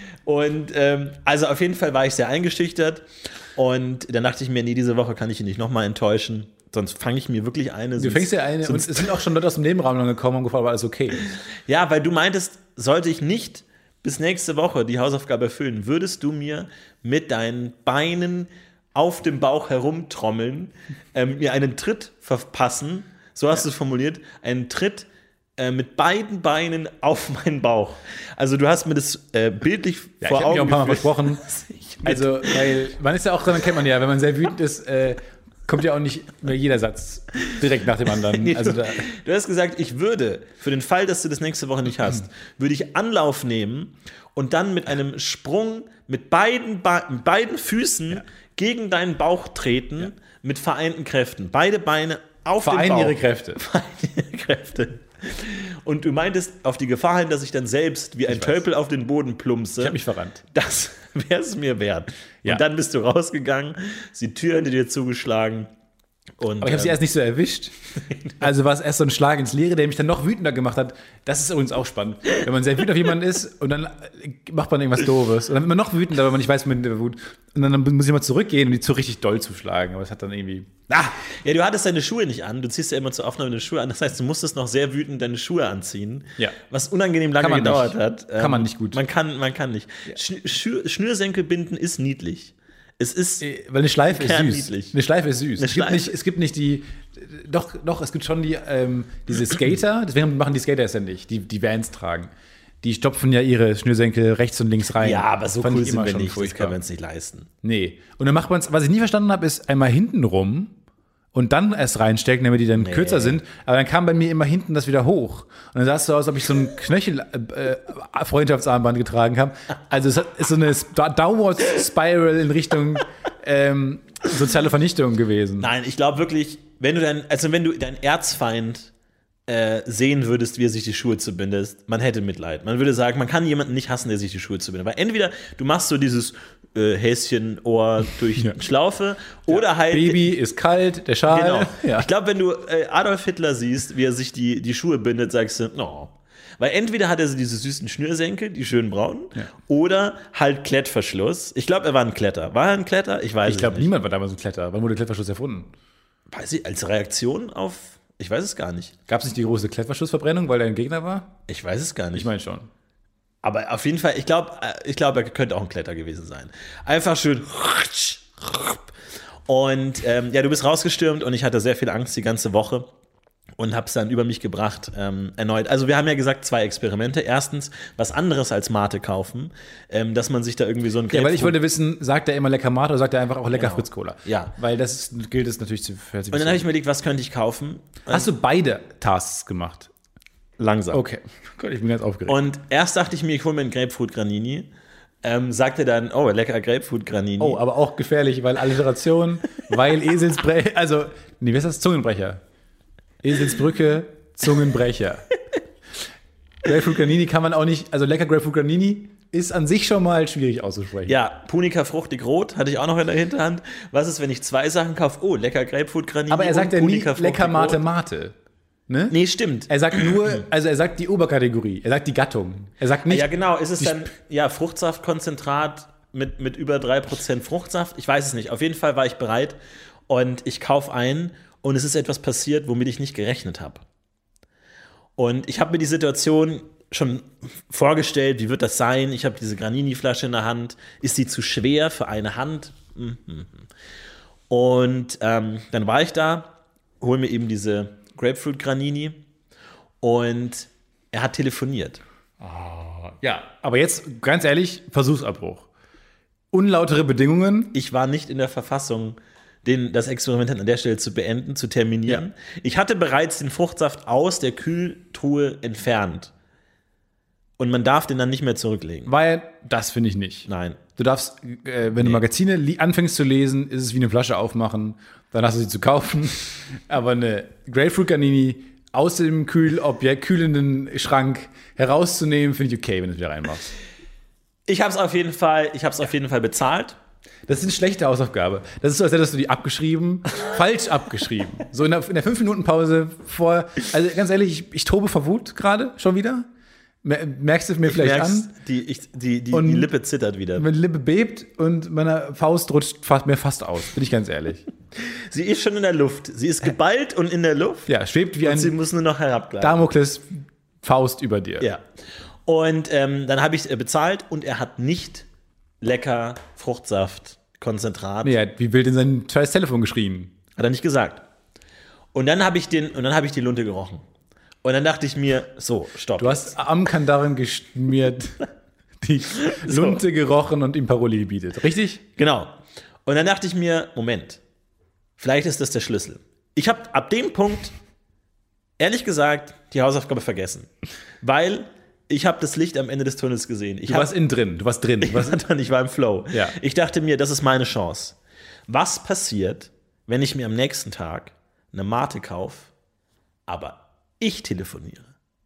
Und ähm, also auf jeden Fall war ich sehr eingeschüchtert und dann dachte ich mir, nee, diese Woche kann ich ihn nicht nochmal enttäuschen. sonst fange ich mir wirklich eine. Du fängst ja eine und es sind auch schon Leute aus dem Nebenraum dann gekommen und gefragt, war alles okay? Ja, weil du meintest, sollte ich nicht bis nächste Woche die Hausaufgabe erfüllen, würdest du mir mit deinen Beinen auf dem Bauch herumtrommeln, ähm, mir einen Tritt verpassen, so hast du es formuliert, einen Tritt äh, mit beiden Beinen auf meinen Bauch. Also du hast mir das äh, bildlich Ja, vor ich habe Augen mir auch ein paar Mal geführt. versprochen. Also, weil man ist ja auch, dann kennt man ja, wenn man sehr wütend ist, äh, kommt ja auch nicht mehr jeder Satz direkt nach dem anderen. Nee, Also du, da, du hast gesagt, ich würde, für den Fall, dass du das nächste Woche nicht hast, würde ich Anlauf nehmen und dann mit einem Sprung mit beiden, Ba- mit beiden Füßen Ja. gegen deinen Bauch treten, Ja. mit vereinten Kräften. Beide Beine auf den vereinen Bauch. ihre Kräfte. Vereinen ihre Kräfte. Und du meintest, auf die Gefahr hin, dass ich dann selbst wie ein weiß. Tölpel auf den Boden plumpse. Ich habe mich verrannt. Das wäre es mir wert. Ja. Und dann bist du rausgegangen, ist die Tür hinter dir zugeschlagen. Und, Aber ich habe sie ähm, erst nicht so erwischt. Also war es erst so ein Schlag ins Leere, der mich dann noch wütender gemacht hat. Das ist übrigens auch spannend. Wenn man sehr wütend auf jemanden ist und dann macht man irgendwas Doofes. Und dann wird man noch wütender, weil man nicht weiß, mit der Wut. Und dann muss ich mal zurückgehen und die zu richtig doll zuschlagen. Aber es hat dann irgendwie. Ah! Ja, du hattest deine Schuhe nicht an. Du ziehst ja immer zur Aufnahme deine Schuhe an. Das heißt, du musstest noch sehr wütend deine Schuhe anziehen. Ja. Was unangenehm lange Kann man gedauert nicht. hat. Kann man nicht gut. Man kann, man kann nicht. Sch- Schür- Schnürsenkel binden ist niedlich. Es ist. Weil eine Schleife ist süß. Kernniedlich. Eine Schleife ist süß. Eine Es gibt, Schleife. nicht, es gibt nicht die. Doch, doch, es gibt schon die, ähm, diese Skater. Deswegen machen die Skater es ja nicht, die, die Vans tragen. Die stopfen ja ihre Schnürsenkel rechts und links rein. Ja, aber so Fand cool ich sind immer wir schon nicht. Das furchtbar. können wir uns nicht leisten. Nee. Und dann macht man es, was ich nie verstanden habe, ist einmal hinten rum und dann erst reinstecken, damit die dann Nee. kürzer sind. Aber dann kam bei mir immer hinten das wieder hoch. Und dann sah es so aus, als ob ich so ein Knöchel-Freundschaftsarmband getragen habe. Also es hat- ist so eine Sp- Downward Spiral in Richtung ähm, soziale Vernichtung gewesen. Nein, ich glaube wirklich, wenn du dein, also wenn du deinen Erzfeind äh, sehen würdest, wie er sich die Schuhe zubindet, man hätte Mitleid. Man würde sagen, man kann jemanden nicht hassen, der sich die Schuhe zubindet. Weil entweder du machst so dieses äh, Häschenohr durch Ja. Schlaufe oder halt. Baby ist kalt, der Schal. Genau. Ja. Ich glaube, wenn du äh, Adolf Hitler siehst, wie er sich die, die Schuhe bindet, sagst du, no. Weil entweder hat er so diese süßen Schnürsenkel, die schönen braunen, Ja. oder halt Klettverschluss. Ich glaube, er war ein Kletter. War er ein Kletter? Ich weiß Ich es glaube, nicht. niemand war damals ein Kletter. Wann wurde Klettverschluss erfunden? Weiß ich, als Reaktion auf. Ich weiß es gar nicht. Gab es nicht die große Klettverschlussverbrennung, weil er ein Gegner war? Ich weiß es gar nicht. Ich meine schon. Aber auf jeden Fall, ich glaube, ich glaub, er könnte auch ein Kletter gewesen sein. Einfach schön. Und ähm, ja, du bist rausgestürmt und ich hatte sehr viel Angst die ganze Woche und habe es dann über mich gebracht, ähm, erneut. Also wir haben ja gesagt, zwei Experimente. Erstens, was anderes als Mate kaufen, ähm, dass man sich da irgendwie so ein Ja, weil ich Grapefruit- wollte wissen, sagt er immer lecker Mate oder sagt er einfach auch lecker Genau. Fritz Cola? Ja. Weil das ist, gilt es natürlich zu Und dann habe ich mir überlegt, was könnte ich kaufen? Hast du beide Tasks gemacht? Langsam. Okay. Gott, ich bin ganz aufgeregt. Und erst dachte ich mir, ich hole mir einen Grapefruit Granini. Ähm, sagte dann, oh, lecker Grapefruit Granini. oh, aber auch gefährlich, weil Alliteration, weil Eselsbrecher, also, nee, wie ist das? Zungenbrecher. Eselsbrücke, Zungenbrecher. Grapefruit Granini kann man auch nicht, also lecker Grapefruit Granini ist an sich schon mal schwierig auszusprechen. Ja, Punica fruchtig rot hatte ich auch noch in der Hinterhand. Was ist, wenn ich zwei Sachen kaufe? Oh, lecker Grapefruit Granini. Aber er sagt und ja nie Punica fruchtig lecker Mate rot. Mate. Ne? Nee, stimmt. Er sagt nur, also er sagt die Oberkategorie, er sagt die Gattung. Er sagt nicht, Ja, genau. Ist es die dann ja Fruchtsaftkonzentrat mit, mit über drei Prozent Fruchtsaft? Ich weiß es nicht. Auf jeden Fall war ich bereit und ich kaufe ein und es ist etwas passiert, womit ich nicht gerechnet habe. Und ich habe mir die Situation schon vorgestellt, wie wird das sein? Ich habe diese Granini-Flasche in der Hand. Ist sie zu schwer für eine Hand? Mhm. Und ähm, dann war ich da, hole mir eben diese Grapefruit Granini und er hat telefoniert. ja, aber jetzt, ganz ehrlich, Versuchsabbruch. Unlautere Bedingungen. Ich war nicht in der Verfassung, den, das Experiment an der Stelle zu beenden, zu terminieren. Ja. Ich hatte bereits den Fruchtsaft aus der Kühltruhe entfernt. Und man darf den dann nicht mehr zurücklegen. Weil, das finde ich nicht. Nein. Du darfst, äh, wenn du Magazine li- anfängst zu lesen, ist es wie eine Flasche aufmachen, dann hast du sie zu kaufen. Aber eine Grapefruit Granini aus dem Kühlobjekt, kühlenden Schrank herauszunehmen, finde ich okay, wenn du es wieder reinmachst. Ich habe es auf jeden Fall, ich habe es auf jeden Fall bezahlt. Das ist eine schlechte Hausaufgabe. Das ist so, als hättest du die abgeschrieben, falsch abgeschrieben. So in der, in der fünf-Minuten-Pause vor, also ganz ehrlich, ich, ich tobe vor Wut gerade, schon wieder. Mer- Merkst du mir vielleicht Merkst, an? Die, ich, die, die, Und- die Lippe zittert wieder. Meine Lippe bebt und meine Faust rutscht fast, mir fast aus, bin ich ganz ehrlich. Sie ist schon in der Luft. Sie ist geballt und in der Luft. Ja, schwebt wie und ein sie muss nur noch herabgleiten. Damokles Faust über dir. Ja. Und ähm, dann habe ich äh, bezahlt und er hat nicht lecker Fruchtsaft, Konzentrat. Nee, er hat wie wild in sein scheiß Telefon geschrien. Hat er nicht gesagt. Und dann habe ich den und dann habe ich die Lunte gerochen. Und dann dachte ich mir, so, stopp. Du hast am Kandaren geschmiert, die Lunte so. gerochen und ihm Paroli gebietet. Richtig? Genau. Und dann dachte ich mir, Moment, vielleicht ist das der Schlüssel. Ich habe ab dem Punkt, ehrlich gesagt, die Hausaufgabe vergessen. Weil ich habe das Licht am Ende des Tunnels gesehen. Ich du hab, warst innen drin, du warst drin. Ich war, dann, ich war im Flow. Ja. Ich dachte mir, das ist meine Chance. Was passiert, wenn ich mir am nächsten Tag eine Mate kaufe, aber ich telefoniere?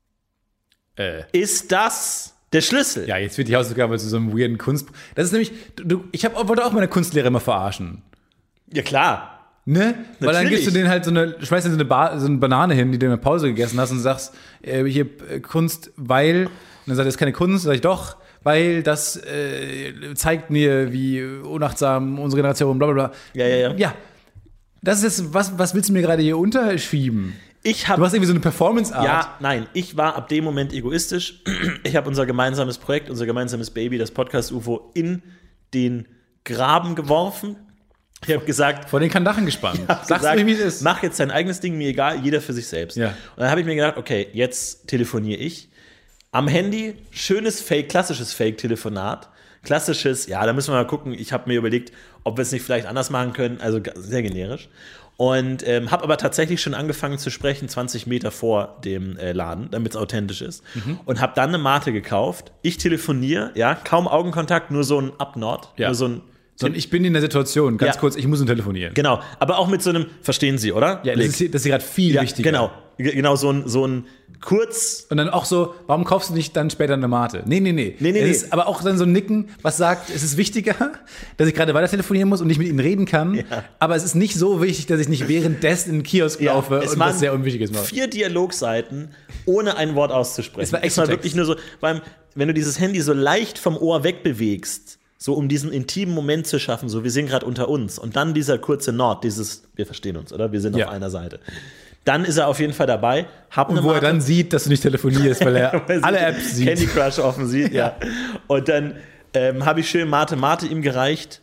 Äh. Ist das der Schlüssel? Ja, jetzt wird die Hausaufgabe zu so einem weirden Kunst... Das ist nämlich... Du, ich hab, wollte auch meine Kunstlehrer immer verarschen. Ja, klar. Ne? Weil dann Natürlich. gibst du denen halt so eine, schmeißt denen so eine, ba- so eine Banane hin, die du in der Pause gegessen hast und sagst, äh, hier äh, Kunst, weil, und dann sagt er, das ist keine Kunst, sag ich doch, weil das äh, zeigt mir, wie unachtsam unsere Generation, bla bla bla. Ja, ja, ja. Ja, das ist jetzt, was, was willst du mir gerade hier unterschieben? Ich hab, Du hast irgendwie so eine Performance-Art. Ja, nein, ich war ab dem Moment egoistisch. Ich habe unser gemeinsames Projekt, unser gemeinsames Baby, das Podcast-U F O, in den Graben geworfen. Ich habe gesagt, Vor den Kandachen gespannt. Sag's Sag's mir, wie es ist. Mach jetzt dein eigenes Ding, mir egal, jeder für sich selbst. Ja. Und dann habe ich mir gedacht, okay, jetzt telefoniere ich. Am Handy, schönes Fake, klassisches Fake-Telefonat. Klassisches, ja, da müssen wir mal gucken. Ich habe mir überlegt, ob wir es nicht vielleicht anders machen können. Also sehr generisch. Und ähm, habe aber tatsächlich schon angefangen zu sprechen, zwanzig Meter vor dem äh, Laden, damit es authentisch ist. Mhm. Und habe dann eine Mate gekauft. Ich telefoniere, ja, kaum Augenkontakt, nur so ein Up-Nord. Ja. Nur so ein Sondern ich bin in der Situation, ganz Ja. kurz, ich muss ihn telefonieren. Genau, aber auch mit so einem, verstehen Sie, oder? Ja, das ist, hier- das ist gerade viel Ja, wichtiger. genau, G- genau so ein, so ein kurz. Und dann auch so, warum kaufst du nicht dann später eine Mate? Nee, nee, nee. Nee, nee, es nee. Ist aber auch dann so ein Nicken, was sagt, es ist wichtiger, dass ich gerade weiter telefonieren muss und nicht mit ihnen reden kann. Ja. Aber es ist nicht so wichtig, dass ich nicht währenddessen in den Kiosk laufe es und waren was sehr Unwichtiges mache. vier Dialogseiten, ohne ein Wort auszusprechen. Es war Es war Exotext. wirklich nur so, beim, wenn du dieses Handy so leicht vom Ohr wegbewegst, so um diesen intimen Moment zu schaffen, so wir sind gerade unter uns und dann dieser kurze Nord, dieses, wir verstehen uns, oder? Wir sind Ja. auf einer Seite. Dann ist er auf jeden Fall dabei. Hab Und eine wo er Mate. dann sieht, dass du nicht telefonierst, weil er Weil sie alle Apps sieht. Candy Crush offen sieht, ja. Und dann ähm, habe ich schön Mate Mate ihm gereicht.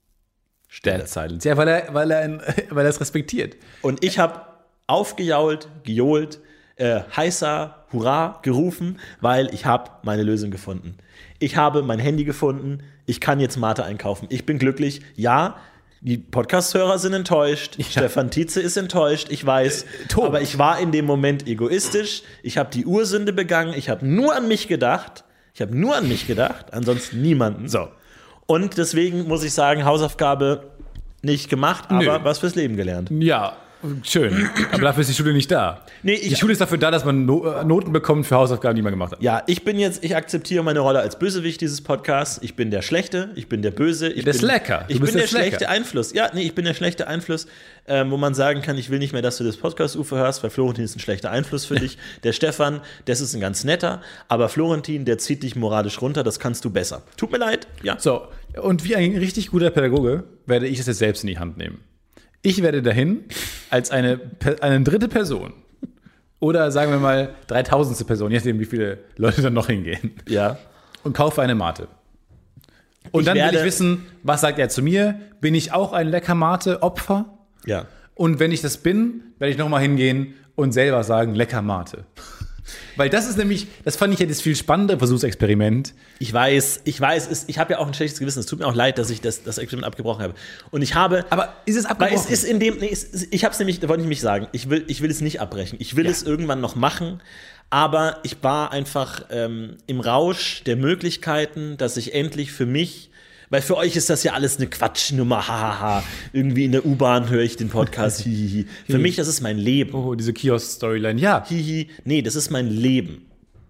Dead Silence. Ja, weil er, weil er, ein, weil er es respektiert. Und ich habe aufgejault, gejohlt, äh, heißer Hurra gerufen, weil ich habe meine Lösung gefunden. Ich habe mein Handy gefunden, ich kann jetzt Mate einkaufen. Ich bin glücklich. Ja, die Podcast-Hörer sind enttäuscht, Stefan Tietze ist enttäuscht, ich weiß. tot. Aber ich war in dem Moment egoistisch. Ich habe die Ursünde begangen. Ich habe nur an mich gedacht. Ich habe nur an mich gedacht, ansonsten niemanden. So. Und deswegen muss ich sagen, Hausaufgabe nicht gemacht, aber Nö. was fürs Leben gelernt. Ja, schön. Aber dafür ist die Schule nicht da. Nee, ich- die Schule ist dafür da, dass man no- äh, Noten bekommt für Hausaufgaben, die man gemacht hat. Ja, ich bin jetzt, ich akzeptiere meine Rolle als Bösewicht dieses Podcasts. Ich bin der Schlechte, ich bin der Böse. Ich Der bin, Slacker. Du Ich bist bin der, der Slacker. schlechte Einfluss. Ja, nee, ich bin der schlechte Einfluss, ähm, wo man sagen kann, ich will nicht mehr, dass du das Podcast-U F O hörst, weil Florentin ist ein schlechter Einfluss für dich. Der Stefan, das ist ein ganz netter, aber Florentin, der zieht dich moralisch runter, das kannst du besser. Tut mir leid, ja. So, und wie ein richtig guter Pädagoge werde ich es jetzt selbst in die Hand nehmen. Ich werde dahin als eine, Pe- eine dritte Person oder sagen wir mal dreitausendste Person, je nachdem, wie viele Leute dann noch hingehen, Ja. und kaufe eine Mate. Und Ich dann will werde- ich wissen, was sagt er zu mir? Bin ich auch ein lecker Mate-Opfer? Ja. Und wenn ich das bin, werde ich nochmal hingehen und selber sagen, lecker Mate. Weil das ist nämlich, das fand ich ja das viel spannendere Versuchsexperiment. Ich weiß, ich weiß, es, ich habe ja auch ein schlechtes Gewissen. Es tut mir auch leid, dass ich das, das Experiment abgebrochen habe. Und ich habe. Aber ist es Weil abgebrochen? es ist in dem, nee, es, ist- ich habe es nämlich, da wollte ich mich sagen, ich will, ich will es nicht abbrechen. Ich will Ja. es irgendwann noch machen, aber ich war einfach ähm, im Rausch der Möglichkeiten, dass ich endlich für mich, weil für euch ist das ja alles eine Quatschnummer, hahaha. Irgendwie in der U-Bahn höre ich den Podcast, hihihi. Für mich, das ist mein Leben. Oh, diese Kiosk-Storyline, ja. Hihi. Nee, das ist mein Leben.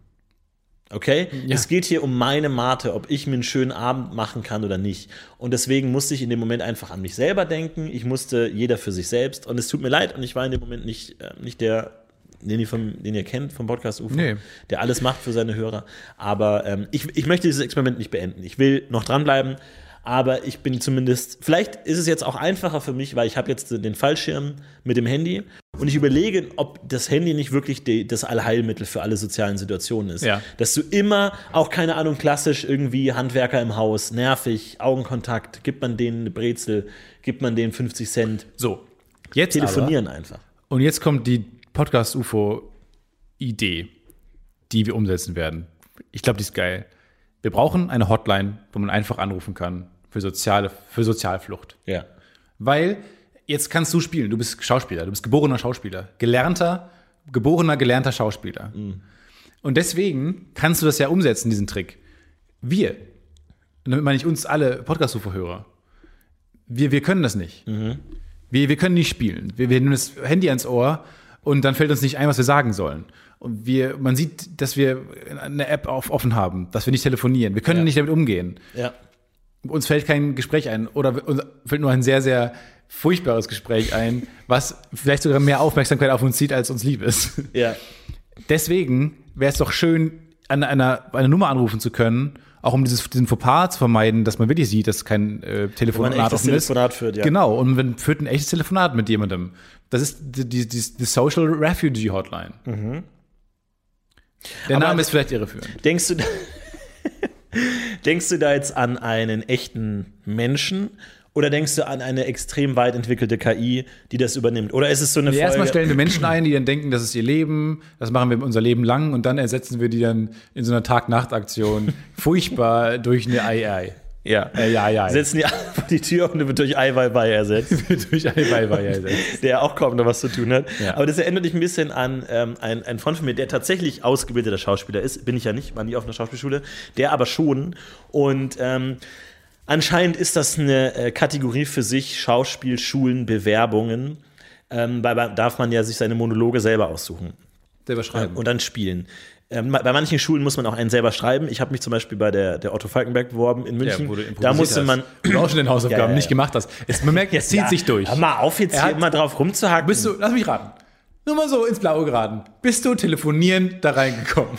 Okay? Ja. Es geht hier um meine Mate, ob ich mir einen schönen Abend machen kann oder nicht. Und deswegen musste ich in dem Moment einfach an mich selber denken. Ich musste jeder für sich selbst. Und es tut mir leid. Und ich war in dem Moment nicht, äh, nicht der, den ihr, vom, den ihr kennt vom Podcast U F O, Nee. der alles macht für seine Hörer. Aber ähm, ich, ich möchte dieses Experiment nicht beenden. Ich will noch dranbleiben. Aber ich bin zumindest, vielleicht ist es jetzt auch einfacher für mich, weil ich habe jetzt den Fallschirm mit dem Handy und ich überlege, ob das Handy nicht wirklich die, das Allheilmittel für alle sozialen Situationen ist. Ja. Dass du immer, auch keine Ahnung, klassisch irgendwie Handwerker im Haus, nervig, Augenkontakt, gibt man denen eine Brezel, gibt man denen fünfzig Cent. So, jetzt Telefonieren aber, einfach. Und jetzt kommt die Podcast-U F O-Idee, die wir umsetzen werden. Ich glaube, die ist geil. Wir brauchen eine Hotline, wo man einfach anrufen kann für, soziale, für Sozialflucht. Ja. Weil jetzt kannst du spielen. Du bist Schauspieler, du bist geborener Schauspieler. Gelernter, geborener, gelernter Schauspieler. Mhm. Und deswegen kannst du das ja umsetzen, diesen Trick. Wir, und damit meine ich uns alle Podcast-U F O-Hörer, wir, wir können das nicht. Mhm. Wir, wir können nicht spielen. Wir, wir nehmen das Handy ans Ohr und dann fällt uns nicht ein, was wir sagen sollen. Und wir, man sieht, dass wir eine App auf, offen haben, dass wir nicht telefonieren. Wir können ja. nicht damit umgehen. Ja. Uns fällt kein Gespräch ein oder uns fällt nur ein sehr, sehr furchtbares Gespräch ein, was vielleicht sogar mehr Aufmerksamkeit auf uns zieht, als uns lieb ist. Ja. Deswegen wäre es doch schön, an einer, eine Nummer anrufen zu können, auch um dieses, diesen Fauxpas zu vermeiden, dass man wirklich sieht, dass kein äh, Telefonat offen ist. Telefonat führt, ja. Genau, und man führt ein echtes Telefonat mit jemandem. Das ist die, die, die, die Social Refugee Hotline. Mhm. Der Aber Name ist vielleicht irreführend. Denkst du, denkst du da jetzt an einen echten Menschen oder denkst du an eine extrem weit entwickelte K I, die das übernimmt? Oder ist es so eine ja, Folge? Erstmal stellen wir Menschen ein, die dann denken, das ist ihr Leben, das machen wir unser Leben lang und dann ersetzen wir die dann in so einer Tag-Nacht-Aktion furchtbar durch eine A I. Ja, äh, ja, ja. Setzen die vor die Tür und wird durch Eiweiß ersetzt. durch Eiweiß ersetzt. Der auch kaum noch was zu tun hat. Ja. Aber das erinnert mich ein bisschen an ähm, einen, einen Freund von mir, der tatsächlich ausgebildeter Schauspieler ist. Bin ich ja nicht, war nie auf einer Schauspielschule. Der aber schon. Und ähm, anscheinend ist das eine äh, Kategorie für sich, Schauspielschulen, Bewerbungen. Ähm, bei, darf man ja sich seine Monologe selber aussuchen. Selber schreiben. Und dann spielen. Ähm, bei manchen Schulen muss man auch einen selber schreiben. Ich habe mich zum Beispiel bei der, der Otto Falkenberg beworben in München. Ja, da musste hast. man. Du auch schon den Hausaufgaben ja, ja, ja. nicht gemacht hast. Es, man merkt, es zieht ja, sich durch. Hör mal auf, jetzt er hier immer drauf rumzuhacken. Bist du, lass mich raten. Nur mal so ins Blaue geraten. Bist du telefonierend da reingekommen?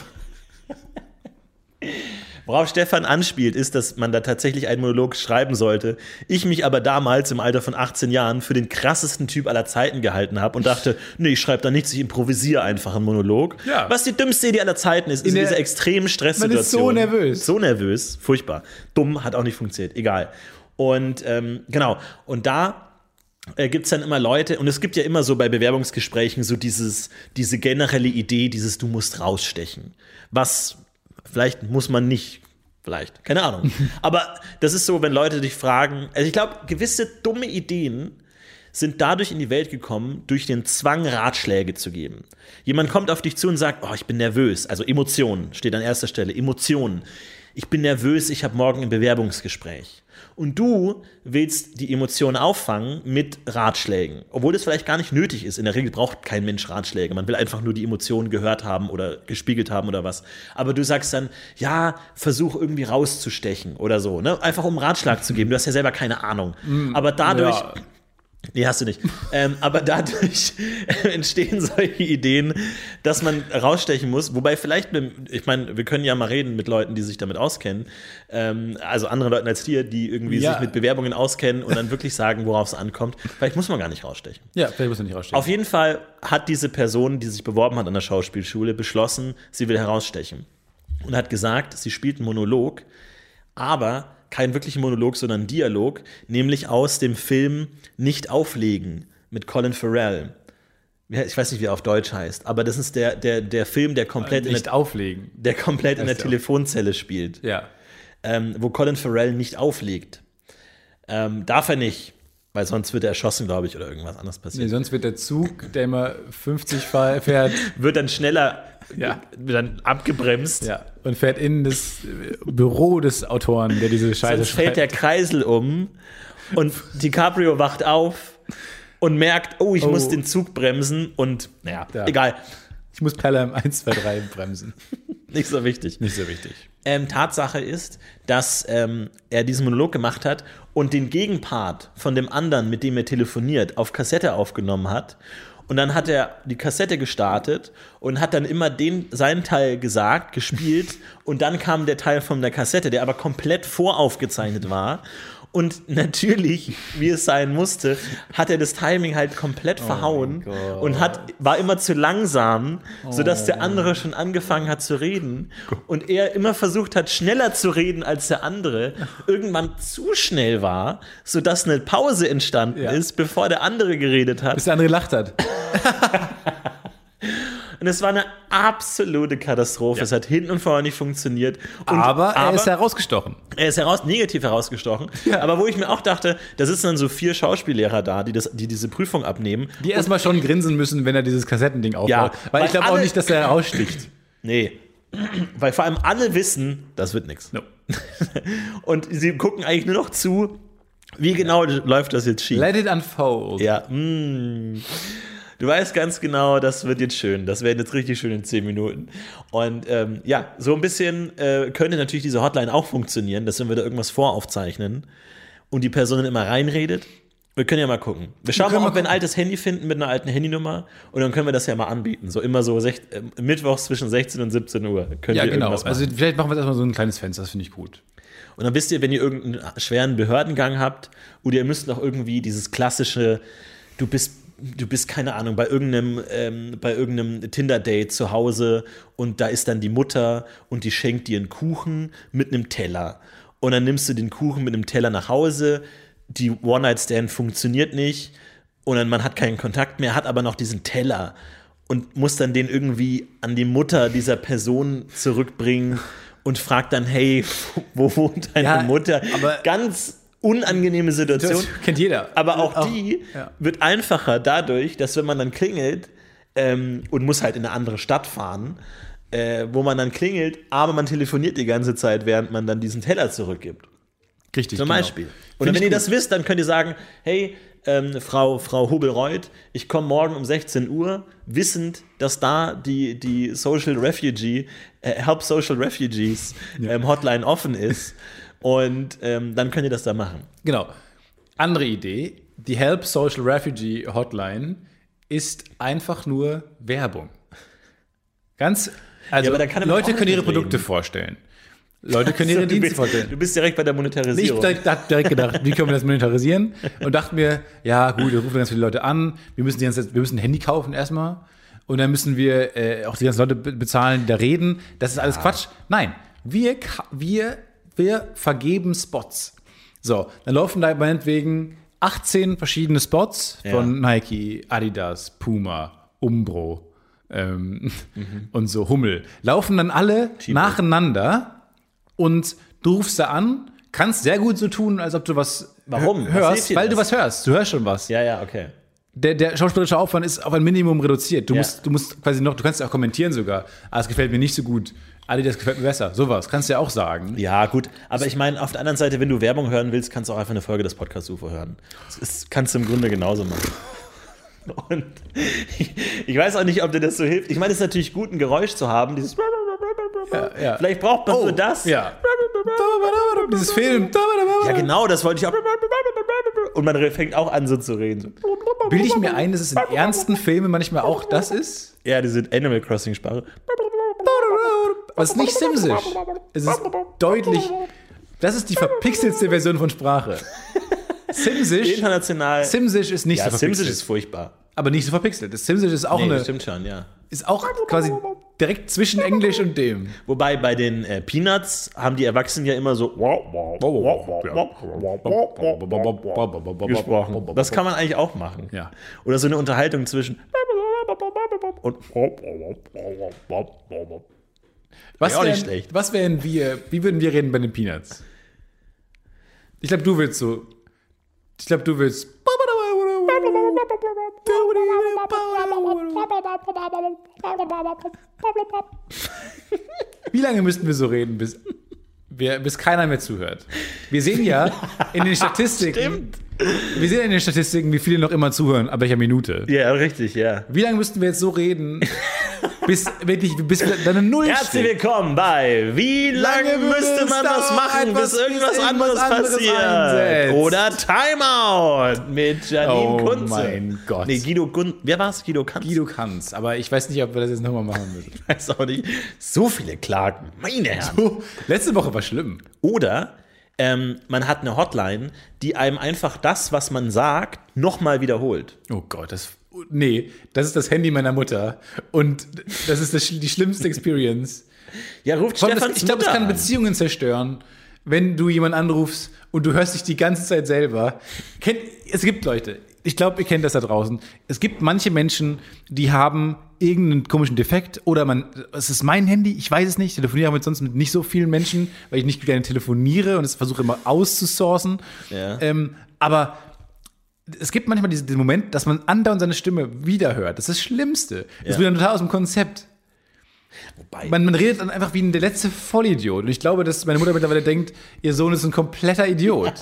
Worauf Stefan anspielt, ist, dass man da tatsächlich einen Monolog schreiben sollte. Ich mich aber damals im Alter von achtzehn Jahren für den krassesten Typ aller Zeiten gehalten habe und dachte, nee, ich schreibe da nichts, ich improvisiere einfach einen Monolog. Ja. Was die dümmste Idee aller Zeiten ist, ist in dieser extremen Stresssituation. Man ist so nervös. So nervös, furchtbar. Dumm, hat auch nicht funktioniert, egal. Und ähm, genau, und da äh, gibt es dann immer Leute, und es gibt ja immer so bei Bewerbungsgesprächen so dieses, diese generelle Idee, dieses du musst rausstechen. Was vielleicht muss man nicht, vielleicht, keine Ahnung. Aber das ist so, wenn Leute dich fragen, also ich glaube, gewisse dumme Ideen sind dadurch in die Welt gekommen, durch den Zwang, Ratschläge zu geben. Jemand kommt auf dich zu und sagt, oh, ich bin nervös, also Emotionen steht an erster Stelle, Emotionen. Ich bin nervös, ich habe morgen ein Bewerbungsgespräch. Und du willst die Emotionen auffangen mit Ratschlägen. Obwohl das vielleicht gar nicht nötig ist. In der Regel braucht kein Mensch Ratschläge. Man will einfach nur die Emotionen gehört haben oder gespiegelt haben oder was. Aber du sagst dann, ja, versuch irgendwie rauszustechen oder so. Ne? Einfach um Ratschlag zu geben. Du hast ja selber keine Ahnung. Aber dadurch... Ja. Nee, hast du nicht. ähm, aber dadurch entstehen solche Ideen, dass man rausstechen muss. Wobei vielleicht, ich meine, wir können ja mal reden mit Leuten, die sich damit auskennen. Ähm, also anderen Leuten als dir, die irgendwie ja. sich mit Bewerbungen auskennen und dann wirklich sagen, worauf es ankommt. Vielleicht muss man gar nicht rausstechen. Ja, vielleicht muss man nicht rausstechen. Auf jeden Fall hat diese Person, die sich beworben hat an der Schauspielschule, beschlossen, sie will herausstechen. Und hat gesagt, sie spielt einen Monolog, aber kein wirklicher Monolog, sondern ein Dialog, nämlich aus dem Film Nicht auflegen mit Colin Farrell. Ich weiß nicht, wie er auf Deutsch heißt, aber das ist der, der, der Film, der komplett, nicht in der, auflegen. Der komplett in der Telefonzelle spielt. Ja. Ähm, wo Colin Farrell nicht auflegt. Ähm, darf er nicht, weil sonst wird er erschossen, glaube ich, oder irgendwas anderes passiert. Nee, sonst wird der Zug, der immer fünfzig fährt, wird dann schneller, ja. wird dann abgebremst. Ja. Und fährt in das Büro des Autoren, der diese Scheiße sonst fällt der Kreisel um und DiCaprio wacht auf und merkt, oh, ich oh. muss den Zug bremsen und, naja, ja. egal. Ich muss Pelham eins, zwei, drei bremsen. Nicht so wichtig. Nicht so wichtig. Ähm, Tatsache ist, dass ähm, er diesen Monolog gemacht hat und den Gegenpart von dem anderen, mit dem er telefoniert, auf Kassette aufgenommen hat. und dann hat er die Kassette gestartet und hat dann immer den, seinen Teil gesagt, gespielt und dann kam der Teil von der Kassette, der aber komplett voraufgezeichnet war. Und natürlich, wie es sein musste, hat er das Timing halt komplett verhauen oh und hat, war immer zu langsam, sodass der andere schon angefangen hat zu reden und er immer versucht hat, schneller zu reden als der andere, irgendwann zu schnell war, sodass eine Pause entstanden ja. ist, bevor der andere geredet hat. Bis der andere gelacht hat. Und es war eine absolute Katastrophe. Ja. Es hat hinten und vorne nicht funktioniert. Und, aber er aber ist herausgestochen. Er ist heraus, negativ herausgestochen. Ja. Aber wo ich mir auch dachte, da sitzen dann so vier Schauspiellehrer da, die, das, die diese Prüfung abnehmen. Die erstmal schon grinsen müssen, wenn er dieses Kassettending aufbaut. Ja, weil, weil ich glaube auch nicht, dass er heraussticht. Nee. Weil vor allem alle wissen, das wird nichts. No. Und sie gucken eigentlich nur noch zu, wie genau läuft das jetzt schief. Let it unfold. Ja. Mm. Du weißt ganz genau, das wird jetzt schön. Das werden jetzt richtig schön in zehn Minuten. Und ähm, ja, so ein bisschen äh, könnte natürlich diese Hotline auch funktionieren, dass wenn wir da irgendwas voraufzeichnen und die Person dann immer reinredet. Wir können ja mal gucken. Wir schauen wir mal, ob wir ein altes Handy finden mit einer alten Handynummer und dann können wir das ja mal anbieten. So immer so sech- äh, mittwochs zwischen sechzehn und siebzehn Uhr. Könnt ja, ihr genau. Irgendwas machen. Also vielleicht machen wir jetzt erstmal so ein kleines Fenster, das finde ich gut. Und dann wisst ihr, wenn ihr irgendeinen schweren Behördengang habt oder ihr müsst noch irgendwie dieses klassische, du bist Du bist, keine Ahnung, bei irgendeinem, ähm, bei irgendeinem Tinder-Date zu Hause und da ist dann die Mutter und die schenkt dir einen Kuchen mit einem Teller. Und dann nimmst du den Kuchen mit einem Teller nach Hause, die One-Night-Stand funktioniert nicht und dann man hat keinen Kontakt mehr, hat aber noch diesen Teller und muss dann den irgendwie an die Mutter dieser Person zurückbringen und fragt dann, hey, wo wohnt deine ja, Mutter? Aber ganz unangenehme Situation. Das kennt jeder. Aber auch Auch, die ja. wird einfacher dadurch, dass wenn man dann klingelt ähm, und muss halt in eine andere Stadt fahren, äh, wo man dann klingelt, aber man telefoniert die ganze Zeit, während man dann diesen Teller zurückgibt. Richtig, Zum genau. Beispiel. Und wenn ihr das wisst, dann könnt ihr sagen, hey, ähm, Frau, Frau Hobelreuth, ich komme morgen um sechzehn Uhr, wissend, dass da die, die Social Refugee, äh, Help Social Refugees ja. ähm, Hotline offen ist. Und ähm, dann könnt ihr das da machen. Genau. Andere Idee, die Help Social Refugee Hotline ist einfach nur Werbung. Ganz, also ja, aber dann kann Leute können ihre mitreden. Produkte vorstellen. Leute können ihre Also, du Dienste bist, vorstellen. Du bist direkt bei der Monetarisierung. Ich direkt, hab direkt gedacht, wie können wir das monetarisieren? Und dachte mir, ja gut, wir rufen ganz viele Leute an, wir müssen, die ganze, wir müssen ein Handy kaufen erstmal und dann müssen wir äh, auch die ganzen Leute be- bezahlen, die da reden. Das ist alles Quatsch. Nein, wir, wir Wir vergeben Spots. So, dann laufen da meinetwegen achtzehn verschiedene Spots ja. von Nike, Adidas, Puma, Umbro ähm, mhm. und so Hummel. Laufen dann alle Cheaper. nacheinander und du rufst da an, kannst sehr gut so tun, als ob du was Warum? hörst, was weil das? du was hörst. Du hörst schon was. Ja, ja, okay. Der, der schauspielerische Aufwand ist auf ein Minimum reduziert. Du, ja. musst, du musst quasi noch, du kannst ja auch kommentieren sogar. Ah, es gefällt mir nicht so gut. Adidas gefällt mir besser. Sowas kannst du ja auch sagen. Ja, gut. Aber ich meine, auf der anderen Seite, wenn du Werbung hören willst, kannst du auch einfach eine Folge des Podcasts-U F O hören. Das ist, kannst du im Grunde genauso machen. Und ich, ich weiß auch nicht, ob dir das so hilft. Ich meine, es ist natürlich gut, ein Geräusch zu haben. Dieses ja, ja. Vielleicht braucht man oh, nur das. Ja. Dieses Film. Ja, genau, das wollte ich auch. Und man fängt auch an, so zu reden. Bilde ich mir ein, dass es in ernsten Filmen manchmal auch das ist? Ja, diese Animal Crossing-Sprache. Aber es ist nicht simsisch. Es ist deutlich. Das ist die verpixelste Version von Sprache. Simsisch. International. Simsisch ist nicht ja, so verpixelt. Simsisch ist furchtbar. Aber nicht so verpixelt. Das Simsisch ist auch nee, eine. Das stimmt schon, ja. Ist auch quasi direkt zwischen Englisch und dem. Wobei bei den äh, Peanuts haben die Erwachsenen ja immer so gesprochen. Das kann man eigentlich auch machen. Ja. Oder so eine Unterhaltung zwischen und was auch wären, nicht schlecht. Was wären wir, wie würden wir reden bei den Peanuts? Ich glaube, du willst so. Ich glaube, du willst. Wie lange müssten wir so reden, bis, wir, bis keiner mehr zuhört? Wir sehen ja in den Statistiken. Stimmt. Wir sehen in den Statistiken, wie viele noch immer zuhören, ab welcher Minute. Ja, richtig, ja. Wie lange müssten wir jetzt so reden, bis wirklich bis wieder deine Null Herzlich steht. willkommen bei Wie lange, Lange würde müsste es man das dauern, machen, etwas, bis irgendwas bis anderes, irgendwas anderes passiert? einsetzt. Oder Timeout mit Janine Oh Kunze. mein Gott. Nee, Guido Gun Wer war es? Guido Kanz? Guido kann's, aber ich weiß nicht, ob wir das jetzt nochmal machen müssen. Ich weiß auch nicht. So viele Klagen. Meine Herren. So, letzte Woche war schlimm. Oder ähm, man hat eine Hotline, die einem einfach das, was man sagt, nochmal wiederholt. Oh Gott, das. Nee, das ist das Handy meiner Mutter. Und das ist das, die schlimmste Experience. Ja, ruft Vor allem das, Stefans ich glaube, es Mutter kann an. Beziehungen zerstören, wenn du jemanden anrufst und du hörst dich die ganze Zeit selber. Kennt, es gibt Leute, ich glaube, ihr kennt das da draußen. Es gibt manche Menschen, die haben irgendeinen komischen Defekt oder man, es ist mein Handy, ich weiß es nicht, ich telefoniere aber sonst mit nicht so vielen Menschen, weil ich nicht gerne telefoniere und es versuche immer auszusourcen. Ja. Ähm, aber es gibt manchmal diesen, diesen Moment, dass man andauernd seine Stimme wiederhört. Das ist das Schlimmste. Das Ja. ist wieder total aus dem Konzept. Wobei, Man, man redet dann einfach wie der letzte Vollidiot. Und ich glaube, dass meine Mutter mittlerweile denkt, ihr Sohn ist ein kompletter Idiot.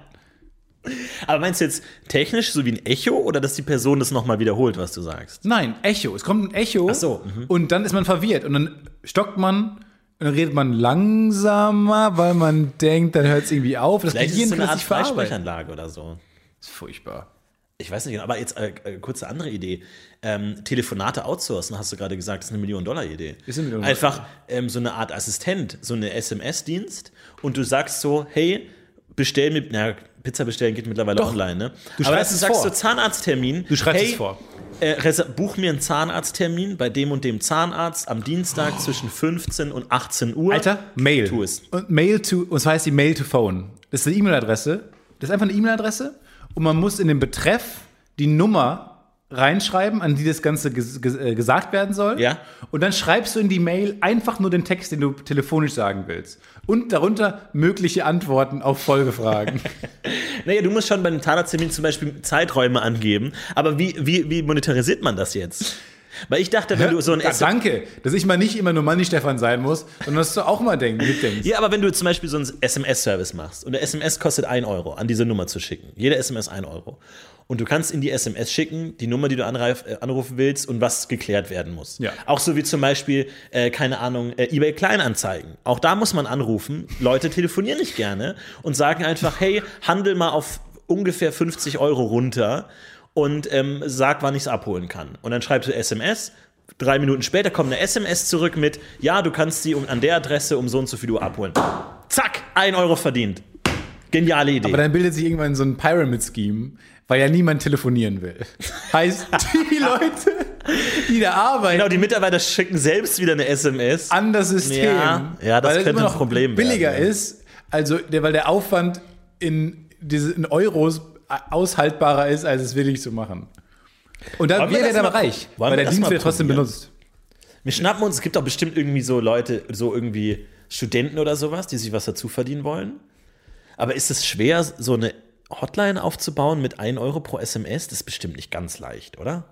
aber meinst du jetzt technisch so wie ein Echo oder dass die Person das nochmal wiederholt, was du sagst? Nein, Echo. Es kommt ein Echo. Ach so, mhm. Und dann ist man verwirrt. Und dann stockt man und dann redet man langsamer, weil man denkt, dann hört es irgendwie auf. Das Vielleicht ist es Gehirn so eine kann Art das nicht verarbeiten. Freisprechanlage oder so. Das ist furchtbar. Ich weiß nicht genau, aber jetzt äh, äh, kurze andere Idee. Ähm, Telefonate outsourcen, hast du gerade gesagt, ist eine Million-Dollar-Idee. Ist eine Million- Einfach ähm, so eine Art Assistent, so eine S M S-Dienst und du sagst so, hey, bestell mir, na, Pizza bestellen geht mittlerweile Doch. online, ne? Du aber schreibst du es sagst vor. so Zahnarzttermin. Du schreibst hey, es vor. Äh, reser- buch mir einen Zahnarzttermin bei dem und dem Zahnarzt am Dienstag zwischen fünfzehn und achtzehn Uhr. Alter, Mail. Tu es. Und Mail to, und zwar heißt die Mail to Phone. Das ist eine E-Mail-Adresse. Das ist einfach eine E-Mail-Adresse. Und man muss in den Betreff die Nummer reinschreiben, an die das Ganze ges ges äh, gesagt werden soll. Ja. Und dann schreibst du in die Mail einfach nur den Text, den du telefonisch sagen willst. Und darunter mögliche Antworten auf Folgefragen. Naja, du musst schon bei einem Zahnarzttermin zum Beispiel Zeiträume angeben. Aber wie, wie, wie monetarisiert man das jetzt? Weil ich dachte, wenn du so ein Ja, danke, dass ich mal nicht immer nur Manni Stefan sein muss, sondern dass du auch mal denken, mitdenkst. Ja, aber wenn du zum Beispiel so einen S M S-Service machst und der S M S kostet ein Euro, an diese Nummer zu schicken, jede S M S ein Euro, und du kannst in die S M S schicken, die Nummer, die du anreif, äh, anrufen willst und was geklärt werden muss. Ja. Auch so wie zum Beispiel, äh, keine Ahnung, äh, eBay Kleinanzeigen. Auch da muss man anrufen. Leute telefonieren nicht gerne und sagen einfach, hey, handel mal auf ungefähr fünfzig Euro runter und ähm, sag, wann ich es abholen kann. Und dann schreibst du S M S. Drei Minuten später kommt eine S M S zurück mit, ja, du kannst sie um, an der Adresse um so und so viel Uhr abholen. Zack, ein Euro verdient. Geniale Idee. Aber dann bildet sich irgendwann so ein Pyramid-Scheme, weil ja niemand telefonieren will. Heißt, die Leute, die da arbeiten, genau, die Mitarbeiter schicken selbst wieder eine S M S. an das System, Ja, ja, das weil könnte immer ein noch Problem billiger werden, ja. ist, also der, weil der Aufwand in, diese, in Euros aushaltbarer ist, als es willig zu machen. Und dann Wollen wir wir das werden aber mal- reich, wollen weil wir der das Dienst mal wird trotzdem probieren? benutzt. Wir schnappen uns, es gibt doch bestimmt irgendwie so Leute, so irgendwie Studenten oder sowas, die sich was dazu verdienen wollen. Aber ist es schwer, so eine Hotline aufzubauen mit ein Euro pro S M S? Das ist bestimmt nicht ganz leicht, oder?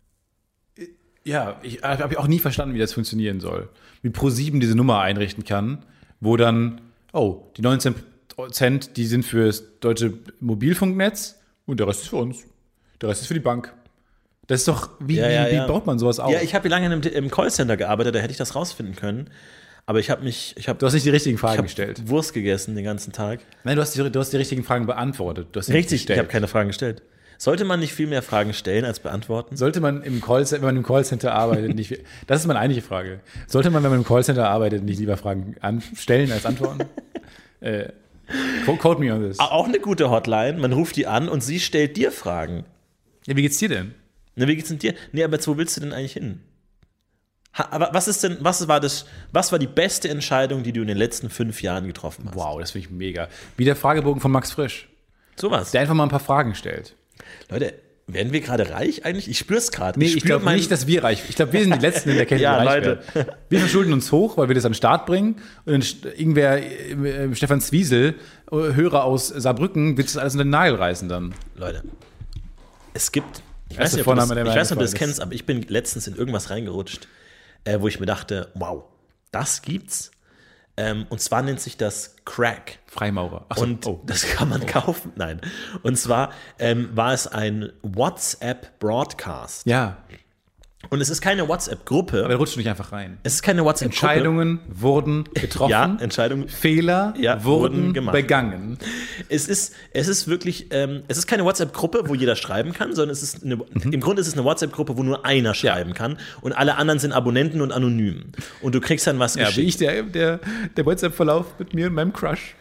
Ja, ich habe auch nie verstanden, wie das funktionieren soll. Wie ProSieben diese Nummer einrichten kann, wo dann, oh, die neunzehn Cent, die sind für das deutsche Mobilfunknetz und der Rest ist für uns. Der Rest ist für die Bank. Das ist doch, wie, Ja, ja, wie, wie ja. baut man sowas auf? Ja, ich habe lange im, im Callcenter gearbeitet, da hätte ich das rausfinden können. Aber ich habe mich, ich habe du hast nicht die richtigen Fragen ich hab gestellt. Wurst gegessen den ganzen Tag. Nein, du hast, die, du hast die richtigen Fragen beantwortet. Du hast sie nicht Richtig, ich gestellt. habe keine Fragen gestellt. Sollte man nicht viel mehr Fragen stellen als beantworten? Sollte man im Callcenter, wenn man im Callcenter arbeitet, nicht. Das ist meine eigentliche Frage. Sollte man, wenn man im Callcenter arbeitet, nicht lieber Fragen an, stellen als antworten? äh, quote me on this. Auch eine gute Hotline. Man ruft die an und sie stellt dir Fragen. Ja, wie geht's dir denn? Na, wie geht's denn dir? Nee, aber jetzt, wo willst du denn eigentlich hin? Ha, aber was ist denn, was war das, was war die beste Entscheidung, die du in den letzten fünf Jahren getroffen hast? Wow, das finde ich mega. Wie der Fragebogen von Max Frisch, Sowas. der einfach mal ein paar Fragen stellt. Leute, werden wir gerade reich eigentlich? Ich spür's gerade. Nee, ich, spür glaube mein- nicht, dass wir reich Ich glaube, wir sind die Letzten in der Kette, die Ja, reich Leute. werden. Wir verschulden uns hoch, weil wir das an den Start bringen. Und dann st- irgendwer, äh, Stefan Zwiesel, äh, Hörer aus Saarbrücken, wird das alles unter den Nagel reißen dann. Leute, es gibt, ich Das weiß ist nicht, der ob du das, Vorname, der ich mir weiß nicht, ob du das eingefallen kennst, aber ich bin letztens in irgendwas reingerutscht, äh, wo ich mir dachte, wow, das gibt's. Ähm, und zwar nennt sich das Crack. Freimaurer. Ach so, Und oh. das kann man kaufen. Nein. Und zwar ähm, war es ein WhatsApp-Broadcast. Ja, Und es ist keine WhatsApp-Gruppe. Aber er rutscht nicht einfach rein. Es ist keine WhatsApp-Gruppe. Entscheidungen wurden getroffen. Ja, Entscheidungen. Fehler Ja, wurden, wurden gemacht. begangen. Es ist, es ist wirklich, ähm, es ist keine WhatsApp-Gruppe, wo jeder schreiben kann, sondern es ist eine, mhm. im Grunde ist es eine WhatsApp-Gruppe, wo nur einer schreiben ja. kann und alle anderen sind Abonnenten und anonym. Und du kriegst dann was ja, geschickt. Wie ich der, der, der WhatsApp-Verlauf mit mir und meinem Crush.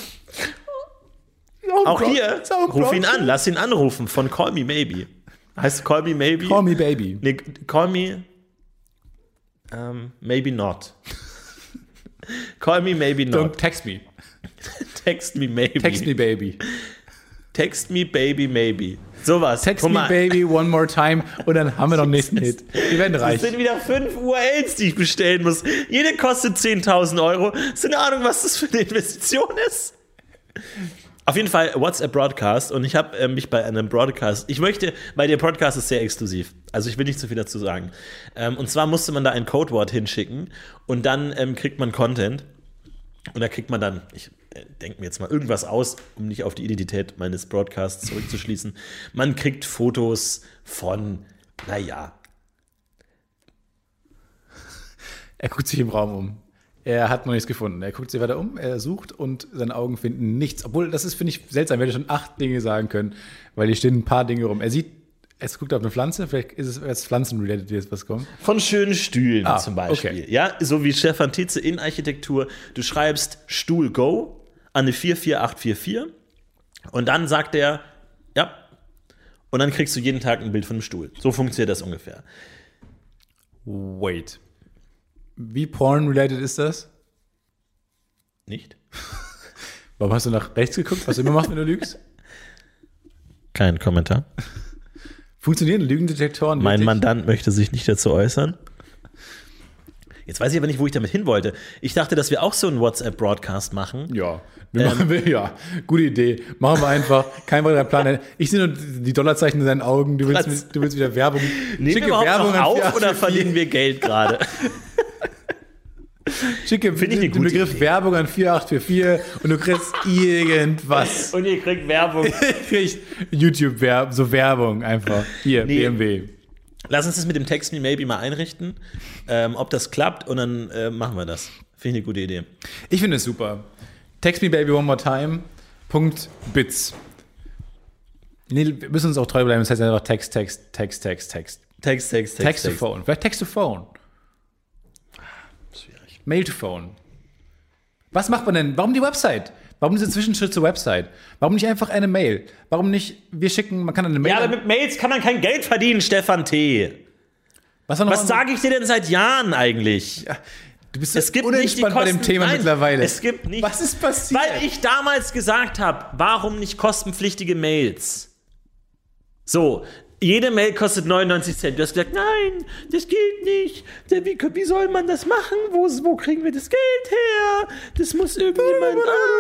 Auch, auch hier, auch ruf ihn an, lass ihn anrufen von Call Me Maybe. Heißt Call Me Maybe? Call Me Baby. Nee, Call Me um, Maybe Not. Call Me Maybe Not. Don't text me. Text me maybe. Text me baby. Text me baby maybe. Sowas. Text me baby one more time und dann haben wir noch den nächsten Hit. Wir werden reich. Das sind wieder fünf U R Ls, die ich bestellen muss. Jede kostet zehntausend Euro. Hast du eine Ahnung, was das für eine Investition ist? Auf jeden Fall WhatsApp Broadcast und ich habe äh, mich bei einem Broadcast, ich möchte, weil der Broadcast ist sehr exklusiv, also ich will nicht zu viel dazu sagen. Ähm, und zwar musste man da ein Codewort hinschicken und dann ähm, kriegt man Content und da kriegt man dann, ich äh, denke mir jetzt mal irgendwas aus, um nicht auf die Identität meines Broadcasts zurückzuschließen. Man kriegt Fotos von, naja. Er guckt sich im Raum um. Er hat noch nichts gefunden. Er guckt sich weiter um, er sucht und seine Augen finden nichts. Obwohl, das ist, finde ich, seltsam. Er hätte schon acht Dinge sagen können, weil hier stehen ein paar Dinge rum. Er sieht, er guckt auf eine Pflanze, vielleicht ist es jetzt Pflanzen-related, jetzt was kommt. Von schönen Stühlen ah, zum Beispiel. Okay. Ja, so wie Stefan Tietze in Architektur. Du schreibst Stuhl Go an eine vier vier acht vier vier und dann sagt er, ja, und dann kriegst du jeden Tag ein Bild von einem Stuhl. So funktioniert das ungefähr. Wait. Wie porn-related ist das? Nicht. Warum hast du nach rechts geguckt, was du immer machst, wenn du lügst? Kein Kommentar. Funktionieren Lügendetektoren Mein wirklich? Mandant möchte sich nicht dazu äußern. Jetzt weiß ich aber nicht, wo ich damit hin wollte. Ich dachte, dass wir auch so einen WhatsApp-Broadcast machen. Ja, wir machen wir, ja, gute Idee. Machen wir einfach. Kein weiterer Plan. Ich sehe nur die Dollarzeichen in deinen Augen. Du willst, du willst wieder Werbung. Nehmen Schicke wir überhaupt Werbung noch auf an oder verlieren wir Geld gerade? Schicke Finde ich eine den gute Begriff Idee. Werbung an vier acht vier vier und du kriegst irgendwas. Und ihr kriegt Werbung. Kriegst YouTube-Werbung, so Werbung einfach. Hier, Nee. B M W. Lass uns das mit dem Text Me Maybe mal einrichten, ähm, ob das klappt und dann äh, machen wir das. Finde ich eine gute Idee. Ich finde es super. Text me baby one more time. Punkt Bits. Nee, wir müssen uns auch treu bleiben. Das heißt einfach Text, Text, Text, Text, Text. Text, Text, Text. Text to Phone. Vielleicht Text to Phone. Schwierig. Mail to Phone. Was macht man denn? Warum die Website? Warum dieser Zwischenschritt zur Website? Warum nicht einfach eine Mail? Warum nicht, wir schicken, man kann eine Mail. Ja, aber mit Mails kann man kein Geld verdienen, Stefan T. Was, war noch Was mal- sage ich dir denn seit Jahren eigentlich? Ja, du bist Es so gibt nicht die unentspannt bei dem Kosten- Thema Nein, mittlerweile. es gibt nicht. Was ist passiert? Weil ich damals gesagt habe, warum nicht kostenpflichtige Mails? So, jede Mail kostet neunundneunzig Cent. Du hast gesagt, nein, das geht nicht. Wie, wie soll man das machen? Wo, wo kriegen wir das Geld her? Das muss irgendjemand...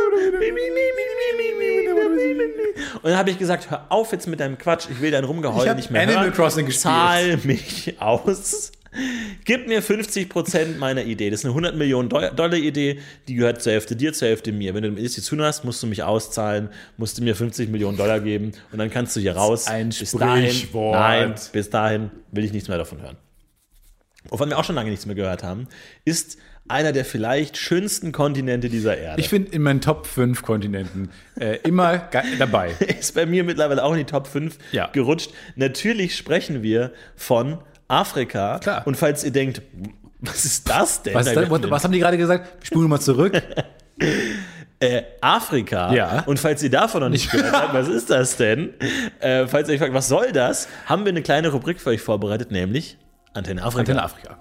Und dann habe ich gesagt, hör auf jetzt mit deinem Quatsch. Ich will dein Ich Rumgeheul hab nicht mehr Animal hören. Crossing gespielt. Zahl mich aus. Gib mir fünfzig Prozent meiner Idee. Das ist eine hundert Millionen Dollar Idee, die gehört zur Hälfte dir, zur Hälfte mir. Wenn du mir zu tun hast, musst du mich auszahlen, musst du mir fünfzig Millionen Dollar geben und dann kannst du hier raus. ein bis dahin, Sprichwort. nein, bis dahin will ich nichts mehr davon hören. Wovon wir auch schon lange nichts mehr gehört haben, ist einer der vielleicht schönsten Kontinente dieser Erde. Ich finde in meinen Top fünf Kontinenten äh, immer ge- dabei. Ist bei mir mittlerweile auch in die Top fünf Ja. gerutscht. Natürlich sprechen wir von Afrika. Klar. Und falls ihr denkt, was ist das denn? Was, ist das? was haben die gerade gesagt? Spulen wir mal zurück. Äh, Afrika. Ja. Und falls ihr davon noch nicht gehört habt, was ist das denn? Äh, falls ihr euch fragt, was soll das? Haben wir eine kleine Rubrik für euch vorbereitet, nämlich Antenne Afrika. Antenne Afrika.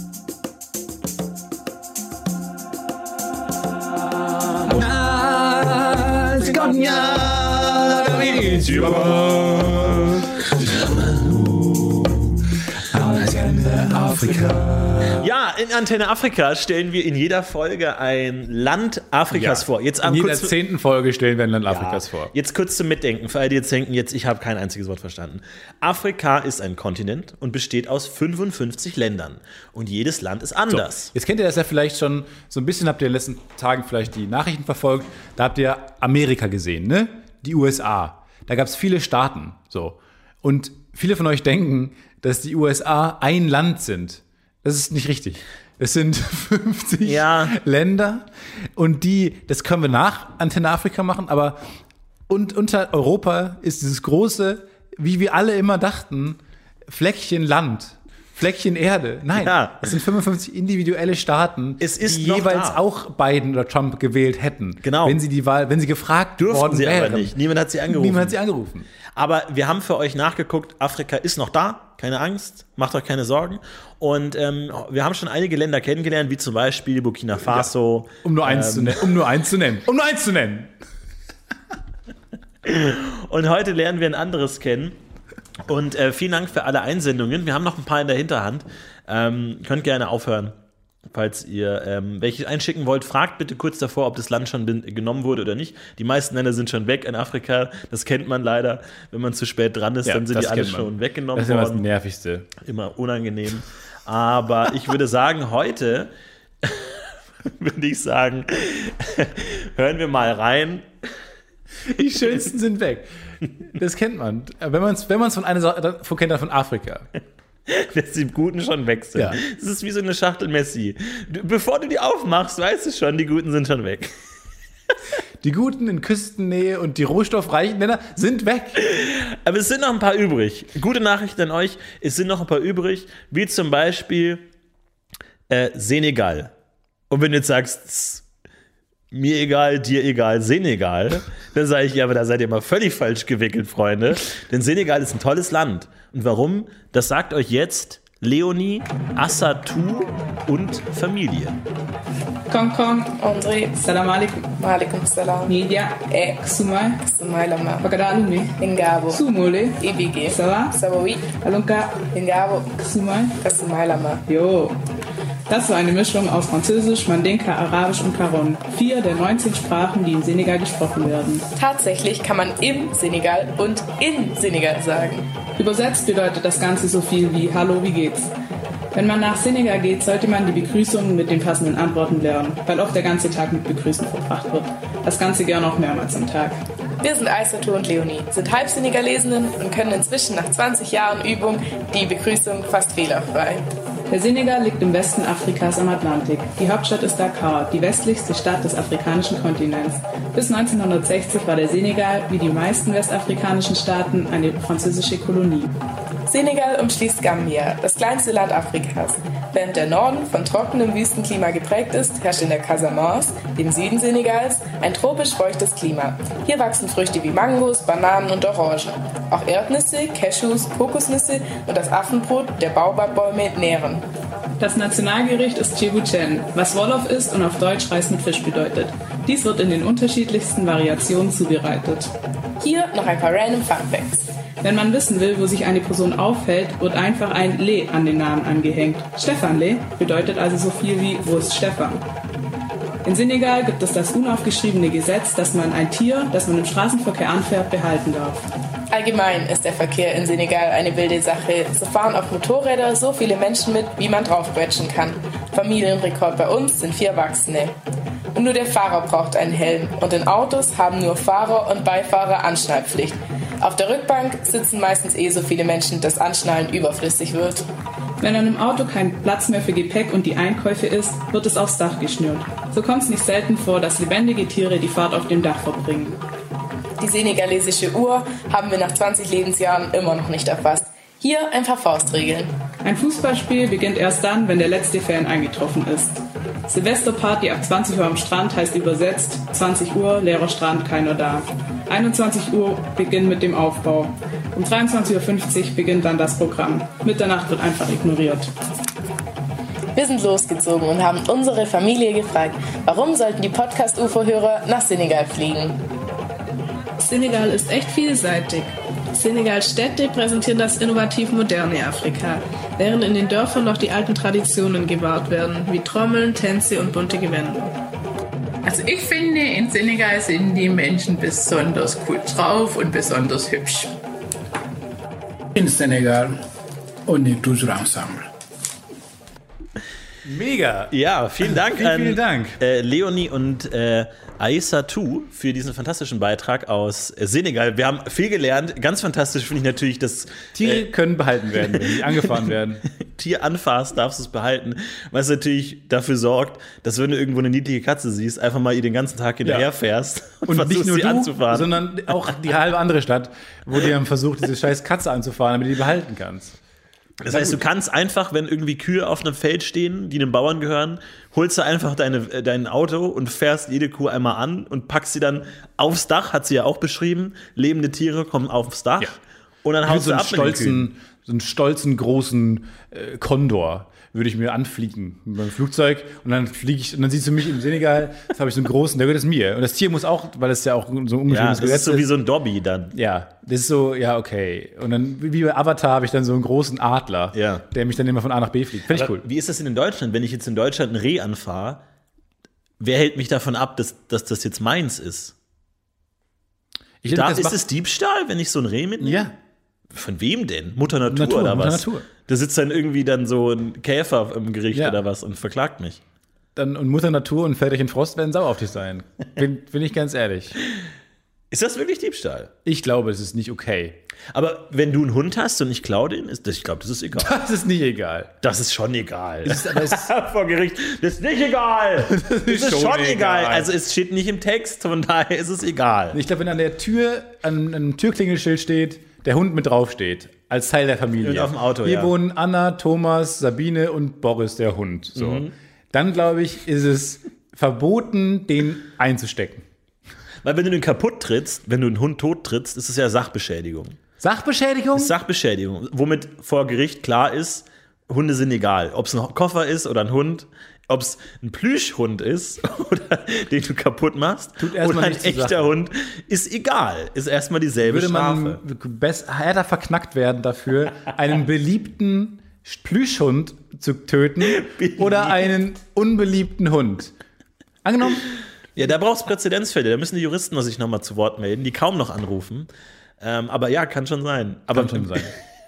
Ja, in Antenne Afrika stellen wir in jeder Folge ein Land Afrikas vor. Jetzt in am jeder kurz zehnten Folge stellen wir ein Land Afrikas Ja, vor. Jetzt kurz zum Mitdenken, für alle, die jetzt denken, jetzt, ich habe kein einziges Wort verstanden. Afrika ist ein Kontinent und besteht aus fünfundfünfzig Ländern. Und jedes Land ist anders. Jetzt kennt ihr das ja vielleicht schon so ein bisschen, habt ihr in den letzten Tagen vielleicht die Nachrichten verfolgt. Da habt ihr Amerika gesehen, ne? Die U S A. Da gab es viele Staaten. So. Und viele von euch denken, dass die U S A ein Land sind. Das ist nicht richtig. Es sind fünfzig Ja. Länder und die, das können wir nach Antenne Afrika machen, aber und unter Europa ist dieses große, wie wir alle immer dachten, Fleckchen Land, Fleckchen Erde. Nein, Ja. es sind fünfundfünfzig individuelle Staaten, Es ist die noch jeweils da. auch Biden oder Trump gewählt hätten. Genau. Wenn sie die Wahl, wenn sie gefragt Durften worden sie wären. aber nicht. Niemand hat sie angerufen. Niemand hat sie angerufen. Aber wir haben für euch nachgeguckt, Afrika ist noch da, keine Angst, macht euch keine Sorgen. Und ähm, wir haben schon einige Länder kennengelernt, wie zum Beispiel Burkina Faso. Um nur eins ähm, zu nennen. Um nur eins zu nennen. Um nur eins zu nennen. Und heute lernen wir ein anderes kennen. Und äh, vielen Dank für alle Einsendungen. Wir haben noch ein paar in der Hinterhand. Ähm, könnt gerne aufhören, falls ihr ähm, welche einschicken wollt. Fragt bitte kurz davor, ob das Land schon bin, genommen wurde oder nicht. Die meisten Länder sind schon weg in Afrika. Das kennt man leider. Wenn man zu spät dran ist, Ja, dann sind das die alle kennt man. schon weggenommen Das ist ja das worden. Nervigste. Immer unangenehm. Aber ich würde sagen, heute würde ich sagen, hören wir mal rein. Die schönsten sind weg. Das kennt man. Wenn man es wenn man's von einer Seite von kennt, dann von Afrika. Dass die Guten schon weg sind. Ja. Das ist wie so eine Schachtel Messi. Du, bevor du die aufmachst, weißt du schon, die Guten sind schon weg. Die Guten in Küstennähe und die rohstoffreichen Länder sind weg. Aber es sind noch ein paar übrig. Gute Nachricht an euch, es sind noch ein paar übrig, wie zum Beispiel äh, Senegal. Und wenn du jetzt sagst, mir egal, dir egal, Senegal, dann sage ich, ja, aber da seid ihr mal völlig falsch gewickelt, Freunde. Denn Senegal ist ein tolles Land. Und warum? Das sagt euch jetzt Leonie, Assatou und Familie. Konkon, André, salam alaikum, maaleykum salaam. Nidia, Eh, Kusumai, Sumailama, Bakadalume, Ingabo, Sumole, I B G, ça va? Sawawi, Alunka, Ingabo, Kusumai. Kasumailama. Jo. Das war eine Mischung aus Französisch, Mandinka, Arabisch und Karon. Vier der neunzehn Sprachen, die in Senegal gesprochen werden. Tatsächlich kann man im Senegal und in Senegal sagen. Übersetzt bedeutet das Ganze so viel wie Hallo, wie geht's? Wenn man nach Senegal geht, sollte man die Begrüßungen mit den passenden Antworten lernen, weil oft der ganze Tag mit Begrüßen verbracht wird. Das Ganze gern auch mehrmals am Tag. Wir sind Aissatou und Leonie, sind Halbsenegalesinnen und können inzwischen nach zwanzig Jahren Übung die Begrüßung fast fehlerfrei. Der Senegal liegt im Westen Afrikas am Atlantik. Die Hauptstadt ist Dakar, die westlichste Stadt des afrikanischen Kontinents. Bis neunzehnhundertsechzig war der Senegal, wie die meisten westafrikanischen Staaten, eine französische Kolonie. Senegal umschließt Gambia, das kleinste Land Afrikas. Während der Norden von trockenem Wüstenklima geprägt ist, herrscht in der Casamance, dem Süden Senegals, ein tropisch feuchtes Klima. Hier wachsen Früchte wie Mangos, Bananen und Orangen. Auch Erdnüsse, Cashews, Kokosnüsse und das Affenbrot der Baobab-Bäume nähren. Das Nationalgericht ist Djibouchen, was Wolof ist und auf Deutsch Reis mit Fisch bedeutet. Dies wird in den unterschiedlichsten Variationen zubereitet. Hier noch ein paar random Fun Facts. Wenn man wissen will, wo sich eine Person aufhält, wird einfach ein Le an den Namen angehängt. Stefan Le bedeutet also so viel wie wo ist Stefan. In Senegal gibt es das unaufgeschriebene Gesetz, dass man ein Tier, das man im Straßenverkehr anfährt, behalten darf. Allgemein ist der Verkehr in Senegal eine wilde Sache. So fahren auf Motorräder so viele Menschen mit, wie man draufquetschen kann. Familienrekord bei uns sind vier Erwachsene. Und nur der Fahrer braucht einen Helm. Und in Autos haben nur Fahrer und Beifahrer Anschnallpflicht. Auf der Rückbank sitzen meistens eh so viele Menschen, dass Anschnallen überflüssig wird. Wenn dann im Auto kein Platz mehr für Gepäck und die Einkäufe ist, wird es aufs Dach geschnürt. So kommt es nicht selten vor, dass lebendige Tiere die Fahrt auf dem Dach verbringen. Die senegalesische Uhr haben wir nach zwanzig Lebensjahren immer noch nicht erfasst. Hier ein paar Faustregeln. Ein Fußballspiel beginnt erst dann, wenn der letzte Fan eingetroffen ist. Silvesterparty ab zwanzig Uhr am Strand heißt übersetzt zwanzig Uhr, leerer Strand, keiner da. einundzwanzig Uhr Beginn mit dem Aufbau. Um dreiundzwanzig Uhr fünfzig beginnt dann das Programm. Mitternacht wird einfach ignoriert. Wir sind losgezogen und haben unsere Familie gefragt, warum sollten die Podcast-U F O-Hörer nach Senegal fliegen? Senegal ist echt vielseitig. Senegals Städte präsentieren das innovativ moderne Afrika, während in den Dörfern noch die alten Traditionen gewahrt werden, wie Trommeln, Tänze und bunte Gewänder. Also ich finde, in Senegal sind die Menschen besonders cool drauf und besonders hübsch. In Senegal, on est toujours ensemble. Mega. Ja, vielen Dank vielen, an vielen Dank. Äh, Leonie und äh, Aissatou für diesen fantastischen Beitrag aus äh, Senegal. Wir haben viel gelernt. Ganz fantastisch finde ich natürlich, dass Tiere äh, können behalten werden, wenn sie angefahren werden. Tier anfasst, darfst du es behalten. Was natürlich dafür sorgt, dass wenn du irgendwo eine niedliche Katze siehst, einfach mal ihr den ganzen Tag hinterherfährst und, und nicht nur sie du, anzufahren. sondern auch die halbe andere Stadt, wo die haben versucht, diese scheiß Katze anzufahren, damit du die behalten kannst. Das heißt, du kannst einfach, wenn irgendwie Kühe auf einem Feld stehen, die einem Bauern gehören, holst du einfach deine, dein Auto und fährst jede Kuh einmal an und packst sie dann aufs Dach, hat sie ja auch beschrieben. Lebende Tiere kommen aufs Dach. Ja. Und dann haust so du einen ab mit den Kühen. stolzen, so einen stolzen, großen äh, Kondor würde ich mir anfliegen mit meinem Flugzeug und dann fliege ich und dann siehst du mich im Senegal, das habe ich so einen großen, der gehört es mir. Und das Tier muss auch, weil es ja auch so ein Ja, ungeschriebenes das Gesetz ist so wie so ein Dobby dann. Ja, das ist so, ja, okay. Und dann, wie bei Avatar, habe ich dann so einen großen Adler, Ja. der mich dann immer von A nach B fliegt. Finde ich Aber cool. Wie ist das denn in Deutschland, wenn ich jetzt in Deutschland ein Reh anfahre? Wer hält mich davon ab, dass, dass das jetzt meins ist? Ich Da, das ist macht- es Diebstahl, wenn ich so ein Reh mitnehme? Ja. Von wem denn? Mutter Natur, Natur, oder Mutter was? Natur. Da sitzt dann irgendwie dann so ein Käfer im Gericht Ja. oder was und verklagt mich. Dann, und Mutter Natur und Väterchen Frost werden sauer auf dich sein. Bin, bin ich ganz ehrlich. Ist das wirklich Diebstahl? Ich glaube, es ist nicht okay. Aber wenn du einen Hund hast und ich klaue den, ist das, ich glaube, das ist egal. Das ist nicht egal. Das ist schon egal. Das ist, aber es ist, Vor Gericht, das ist nicht egal. Das ist, schon schon egal. egal. Also es steht nicht im Text, von daher ist es egal. ich glaube, wenn an der Tür, an einem Türklingelschild steht, der Hund mit draufsteht, als Teil der Familie. Und auf dem Auto, Hier ja. wohnen Anna, Thomas, Sabine und Boris, der Hund. So. Mhm. Dann, glaube ich, ist es verboten, den einzustecken. Weil wenn du den kaputt trittst, wenn du einen Hund tot trittst, ist es ja Sachbeschädigung. Sachbeschädigung? Das ist Sachbeschädigung, womit vor Gericht klar ist, Hunde sind egal. Ob es ein Koffer ist oder ein Hund, ob es ein Plüschhund ist oder den du kaputt machst Tut erst oder mal ein nichts zur echter Sache. Hund, ist egal. Ist erstmal dieselbe Würde Strafe. man best, härter verknackt werden dafür, einen beliebten Plüschhund zu töten oder einen unbeliebten Hund. Angenommen, Ja, da braucht es Präzedenzfälle. Da müssen die Juristen noch sich nochmal zu Wort melden, die kaum noch anrufen. Ähm, aber ja, kann schon sein. Aber kann schon sein.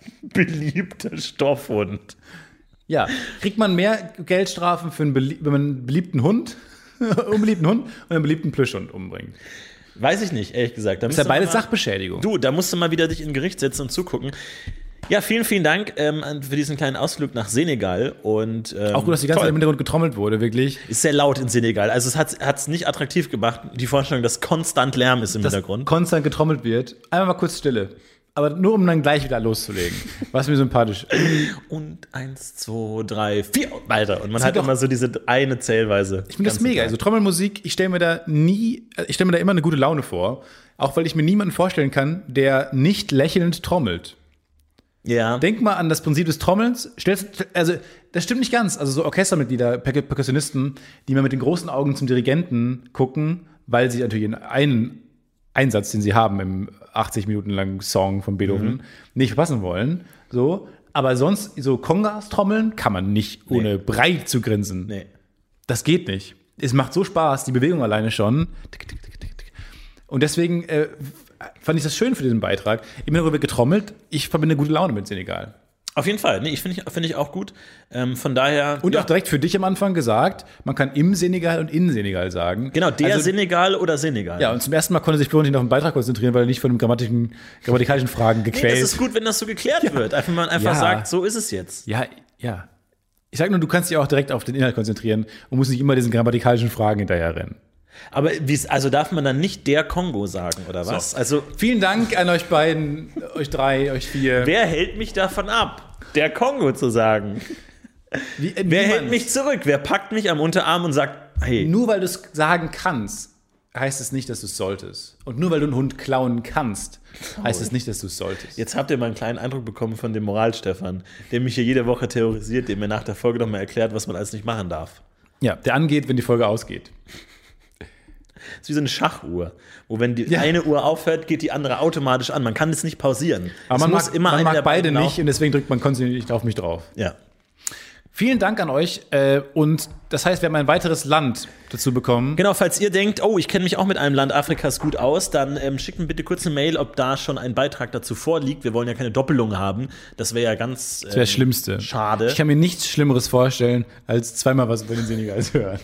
beliebter Stoffhund. Ja, kriegt man mehr Geldstrafen, für einen belie- wenn man einen beliebten Hund, unbeliebten Hund und einen beliebten Plüschhund umbringt. Weiß ich nicht, ehrlich gesagt. Da Das ist ja müsste man beides mal- Sachbeschädigung. Du, da musst du mal wieder dich in Gericht setzen und zugucken. Ja, vielen, vielen Dank ähm, für diesen kleinen Ausflug nach Senegal. Und, ähm, Auch gut, dass die ganze Zeit toll. im Hintergrund getrommelt wurde, wirklich. Ist sehr laut in Senegal. Also es hat es nicht attraktiv gemacht, die Vorstellung, dass konstant Lärm ist im Dass Hintergrund. konstant getrommelt wird. Einmal mal kurz Stille. Aber nur, um dann gleich wieder loszulegen. Was mir sympathisch. Und eins, zwei, drei, vier weiter. Und man Sieht hat doch- immer so diese eine Zählweise. Ich finde das mega. Also Trommelmusik, ich stelle mir da nie, ich stelle mir da immer eine gute Laune vor. Auch weil ich mir niemanden vorstellen kann, der nicht lächelnd trommelt. Ja. Denk mal an das Prinzip des Trommelns. Stellst, also, das stimmt nicht ganz. Also, so Orchestermitglieder, Per- Perkussionisten, die mal mit den großen Augen zum Dirigenten gucken, weil sie natürlich in einen Einsatz, den sie haben im achtzig Minuten langen Song von Beethoven, Mhm. nicht verpassen wollen. So. Aber sonst, so Kongas trommeln kann man nicht, ohne breit zu grinsen. Nee. Das geht nicht. Es macht so Spaß, die Bewegung alleine schon. Tick, tick, tick, tick, tick. Und deswegen äh, fand ich das schön für diesen Beitrag. Immer darüber getrommelt. Ich verbinde gute Laune mit Senegal. Auf jeden Fall. Nee, ich finde ich, find ich auch gut. Ähm, von daher. Und ja. auch direkt für dich am Anfang gesagt, man kann im Senegal und in Senegal sagen. Genau, der Also, Senegal oder Senegal. Ja, und zum ersten Mal konnte sich Florentin auf den Beitrag konzentrieren, weil er nicht von den grammatikalischen, grammatikalischen Fragen nee, gequält. das ist gut, wenn das so geklärt wird. Einfach man einfach Ja. sagt, so ist es jetzt. Ja, ja. Ich sag nur, du kannst dich auch direkt auf den Inhalt konzentrieren und musst nicht immer diesen grammatikalischen Fragen hinterher rennen. Aber wie's, also darf man dann nicht der Kongo sagen, oder was? So. Also, Vielen Dank an euch beiden, euch drei, euch vier. wer hält mich davon ab, der Kongo zu sagen? Wie, äh, Wer niemand. hält mich zurück? Wer packt mich am Unterarm und sagt, hey, Nur weil du es sagen kannst, heißt es nicht, dass du es solltest. Und nur weil du einen Hund klauen kannst, heißt es nicht, dass du es solltest. jetzt habt ihr mal einen kleinen Eindruck bekommen von dem Moral-Stefan, der mich hier jede Woche terrorisiert, der mir nach der Folge nochmal erklärt, was man alles nicht machen darf. Ja, der angeht, wenn die Folge ausgeht. Das ist wie so eine Schachuhr, wo wenn die Ja. eine Uhr aufhört, geht die andere automatisch an. Man kann das nicht pausieren. Aber Es man muss mag, immer man eine der mag beide beiden nicht und deswegen drückt man kontinuierlich auf mich drauf. Ja. Vielen Dank an euch. Äh, und das heißt, wir haben ein weiteres Land dazu bekommen. Genau, falls ihr denkt, oh, ich kenne mich auch mit einem Land Afrikas gut aus, dann ähm, schickt mir bitte kurz eine Mail, ob da schon ein Beitrag dazu vorliegt. Wir wollen ja keine Doppelung haben. Das wäre ja ganz ähm, das wäre das Schlimmste. Schade. Ich kann mir nichts Schlimmeres vorstellen, als zweimal was über den Senegal zu hören.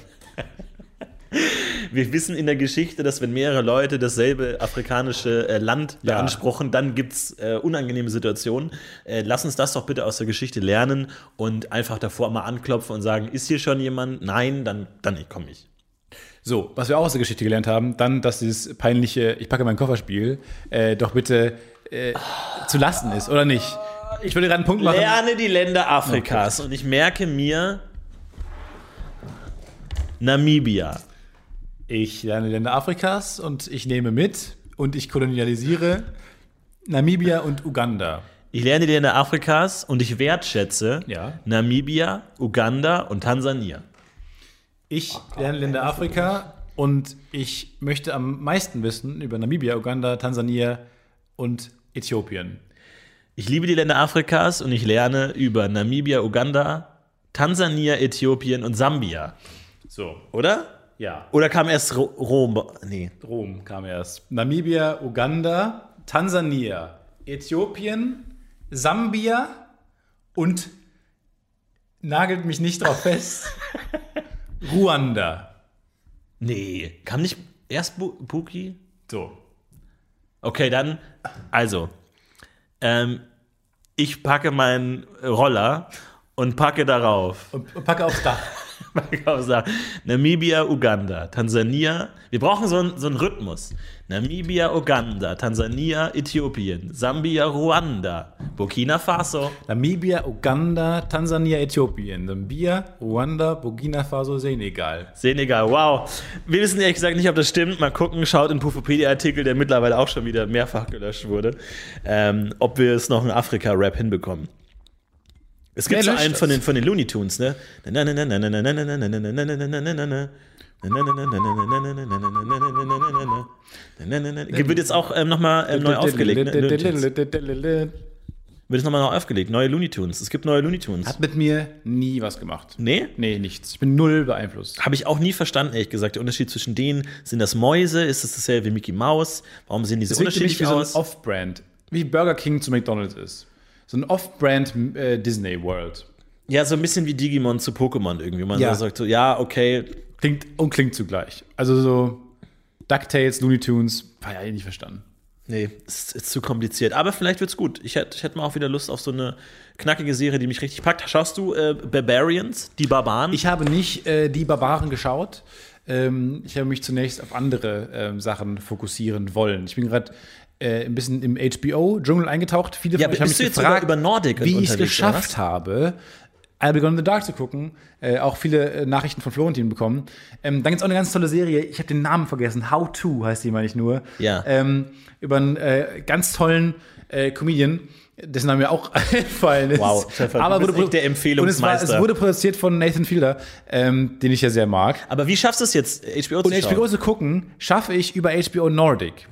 Wir wissen in der Geschichte, dass wenn mehrere Leute dasselbe afrikanische äh, Land Ja. beanspruchen, dann gibt es äh, unangenehme Situationen. Äh, lass uns das doch bitte aus der Geschichte lernen und einfach davor mal anklopfen und sagen, ist hier schon jemand? Nein, dann, dann komme ich. So, was wir auch aus der Geschichte gelernt haben, dann, dass dieses peinliche Ich packe meinen Kofferspiel äh, doch bitte äh, zu lassen ist, oder nicht? Ich würde gerade einen Punkt machen. Lerne die Länder Afrikas und ich merke mir Namibia. Ich lerne Länder Afrikas und ich nehme mit und ich kolonialisiere Namibia und Uganda. Ich lerne die Länder Afrikas und ich wertschätze Ja. Namibia, Uganda und Tansania. Ich lerne Länder Afrika und ich möchte am meisten wissen über Namibia, Uganda, Tansania und Äthiopien. Ich liebe die Länder Afrikas und ich lerne über Namibia, Uganda, Tansania, Äthiopien und Sambia. So, Oder? ja. Oder kam erst Ro- Rom? Nee. Rom kam erst. Namibia, Uganda, Tansania, Äthiopien, Sambia und nagelt mich nicht drauf fest, Ruanda. Nee. Kam nicht erst Bu- Buki? So. Okay, dann, also, ähm, ich packe meinen Roller und packe darauf. Und, und packe aufs Dach. Packe aufs Dach. Namibia, Uganda, Tansania. Wir brauchen so einen so einen Rhythmus. Namibia, Uganda, Tansania, Äthiopien, Sambia, Ruanda, Burkina Faso. Namibia, Uganda, Tansania, Äthiopien, Sambia, Ruanda, Burkina Faso, Senegal. Senegal, wow. Wir wissen ehrlich gesagt nicht, ob das stimmt. Mal gucken, schaut in Pufopedia-Artikel, der mittlerweile auch schon wieder mehrfach gelöscht wurde, ähm, ob wir es noch in Afrika-Rap hinbekommen. Es gibt Wer so löscht einen das? von den, von den Looney Tunes, ne? Wird jetzt auch ähm, nochmal ähm, neu aufgelegt. Ne? Looney Tunes. Wird jetzt nochmal neu aufgelegt. Neue Looney Tunes. Es gibt neue Looney Tunes. Hat mit mir nie was gemacht. Nee? Nee, nichts. Ich bin null beeinflusst. Habe ich auch nie verstanden, ehrlich gesagt. Der Unterschied zwischen denen, sind das Mäuse? Ist das dasselbe wie Mickey Mouse? Warum sehen diese Das wirkt für mich unterschiedlich wie so ein aus? Off-Brand. Wie Burger King zu McDonald's ist. So ein Off-Brand äh, Disney World. Ja, so ein bisschen wie Digimon zu Pokémon irgendwie. Man Ja. sagt so, ja, okay. Klingt und klingt zugleich. Also so DuckTales, Looney Tunes, war ja eh nicht verstanden. Nee, ist, ist zu kompliziert. Aber vielleicht wird's gut. Ich hätte ich hätt mal auch wieder Lust auf so eine knackige Serie, die mich richtig packt. Schaust du äh, Barbarians, die Barbaren? Ich habe nicht äh, die Barbaren geschaut. Ähm, ich habe mich zunächst auf andere ähm, Sachen fokussieren wollen. Ich bin gerade äh, ein bisschen im H B O-Dschungel eingetaucht. Viele von Ja, euch haben bist mich du jetzt gefragt, sogar über Nordic wie ich es unterwegs, oder geschafft was? habe, I'll Be Gone in the Dark zu gucken. Äh, auch viele äh, Nachrichten von Florentin bekommen. Ähm, dann gibt es auch eine ganz tolle Serie. Ich habe den Namen vergessen. How To heißt die, meine ich nur. Ja. Ähm, über einen äh, ganz tollen äh, Comedian, dessen Name mir auch eingefallen ist. Wow, Stefan, du Aber bist wurde, echt der und es, war, Empfehlungsmeister. es wurde produziert von Nathan Fielder, ähm, den ich ja sehr mag. Aber wie schaffst du es jetzt, H B O zu Und H B O schauen? zu gucken, schaffe ich über H B O Nordic.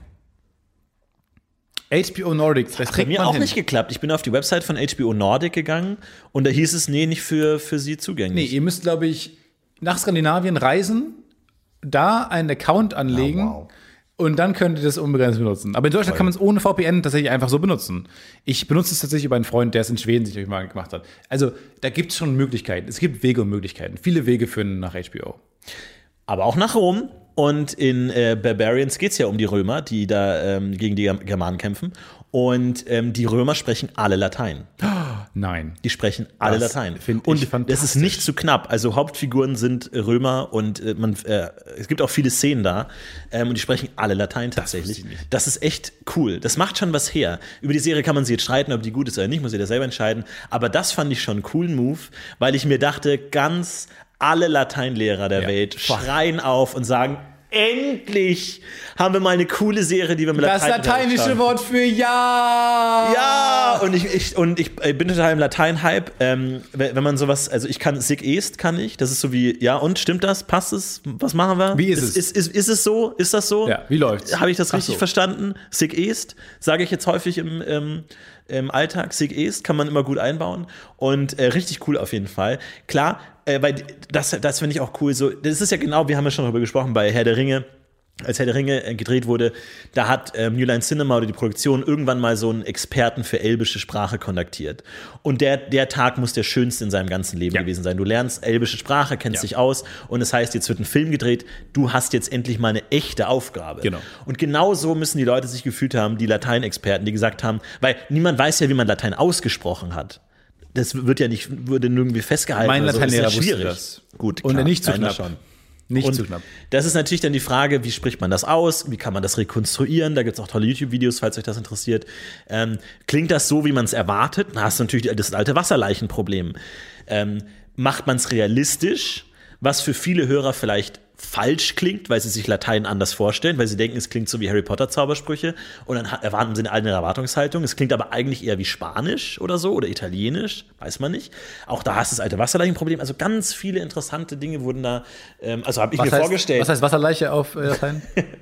H B O Nordic, das Bei kriegt mir man auch hin. nicht geklappt. Ich bin auf die Website von H B O Nordic gegangen und da hieß es, nee, nicht für, für sie Nee, zugänglich. ihr müsst, glaube ich, nach Skandinavien reisen, da einen Account anlegen Ah, wow. und dann könnt ihr das unbegrenzt benutzen. Aber in Deutschland Toll. kann man es ohne V P N tatsächlich einfach so benutzen. Ich benutze es tatsächlich über einen Freund, der es in Schweden sich mal gemacht hat. Also da gibt es schon Möglichkeiten. Es gibt Wege und Möglichkeiten. Viele Wege führen nach H B O. Aber auch nach Rom. Und in äh, Barbarians geht es ja um die Römer, die da ähm, gegen die Germanen kämpfen. Und ähm, die Römer sprechen alle Latein. Nein. Die sprechen alle Das Latein. find ich Und das fantastisch. ist nicht zu knapp. Also Hauptfiguren sind Römer und äh, man, äh, es gibt auch viele Szenen da. Ähm, und die sprechen alle Latein tatsächlich. wusste ich nicht. Das ist echt cool. Das macht schon was her. Über die Serie kann man sich jetzt streiten, ob die gut ist oder nicht, muss jeder selber entscheiden. Aber das fand ich schon einen coolen Move, weil ich mir dachte, ganz alle Lateinlehrer der Ja. Welt schreien auf und sagen, Endlich haben wir mal eine coole Serie, die wir mit Das Latein lateinische Wort für ja. Ja, und ich, ich, und ich bin total im Latein-Hype. Ähm, wenn man sowas, also ich kann Sic est, kann ich. Das ist so wie, ja, und stimmt das? Passt es? Was machen wir? Wie ist, ist es? Ist, ist, ist es so? Ist das so? Ja, wie läuft's? Habe ich das richtig so. verstanden? Sic est, sage ich jetzt häufig im, im, im Alltag. Sic est kann man immer gut einbauen. Und äh, richtig cool auf jeden Fall. Klar, äh, weil das, das finde ich auch cool. So, das ist ja genau, wir haben ja schon darüber gesprochen, bei Herr der Ringe. Als Herr der Ringe äh, gedreht wurde, da hat ähm, New Line Cinema oder die Produktion irgendwann mal so einen Experten für elbische Sprache kontaktiert. Und der, der Tag muss der schönste in seinem ganzen Leben ja. gewesen sein. Du lernst elbische Sprache, kennst ja. dich aus und das heißt, jetzt wird ein Film gedreht, du hast jetzt endlich mal eine echte Aufgabe. Genau. Und genau so müssen die Leute sich gefühlt haben, die Lateinexperten, die gesagt haben, weil niemand weiß ja, wie man Latein ausgesprochen hat. Das wird ja nicht, würde irgendwie festgehalten. Mein also, Lateinlehrer ist ja schwierig. wusste das. Gut, und klar, nicht zu keiner knapp. Schon. Nicht und zu knapp. Das ist natürlich dann die Frage, wie spricht man das aus? Wie kann man das rekonstruieren? Da gibt es auch tolle YouTube-Videos, falls euch das interessiert. Ähm, klingt das so, wie man es erwartet? Da hast du natürlich das alte Wasserleichenproblem. Ähm, macht man es realistisch, was für viele Hörer vielleicht falsch klingt, weil sie sich Latein anders vorstellen, weil sie denken, es klingt so wie Harry Potter Zaubersprüche und dann erwarten sie eine eigene Erwartungshaltung. Es klingt aber eigentlich eher wie Spanisch oder so oder Italienisch, weiß man nicht. Auch da hast du das alte Wasserleichenproblem. Also ganz viele interessante Dinge wurden da, ähm, also habe ich was mir heißt, vorgestellt. Was heißt Wasserleiche auf äh, Latein?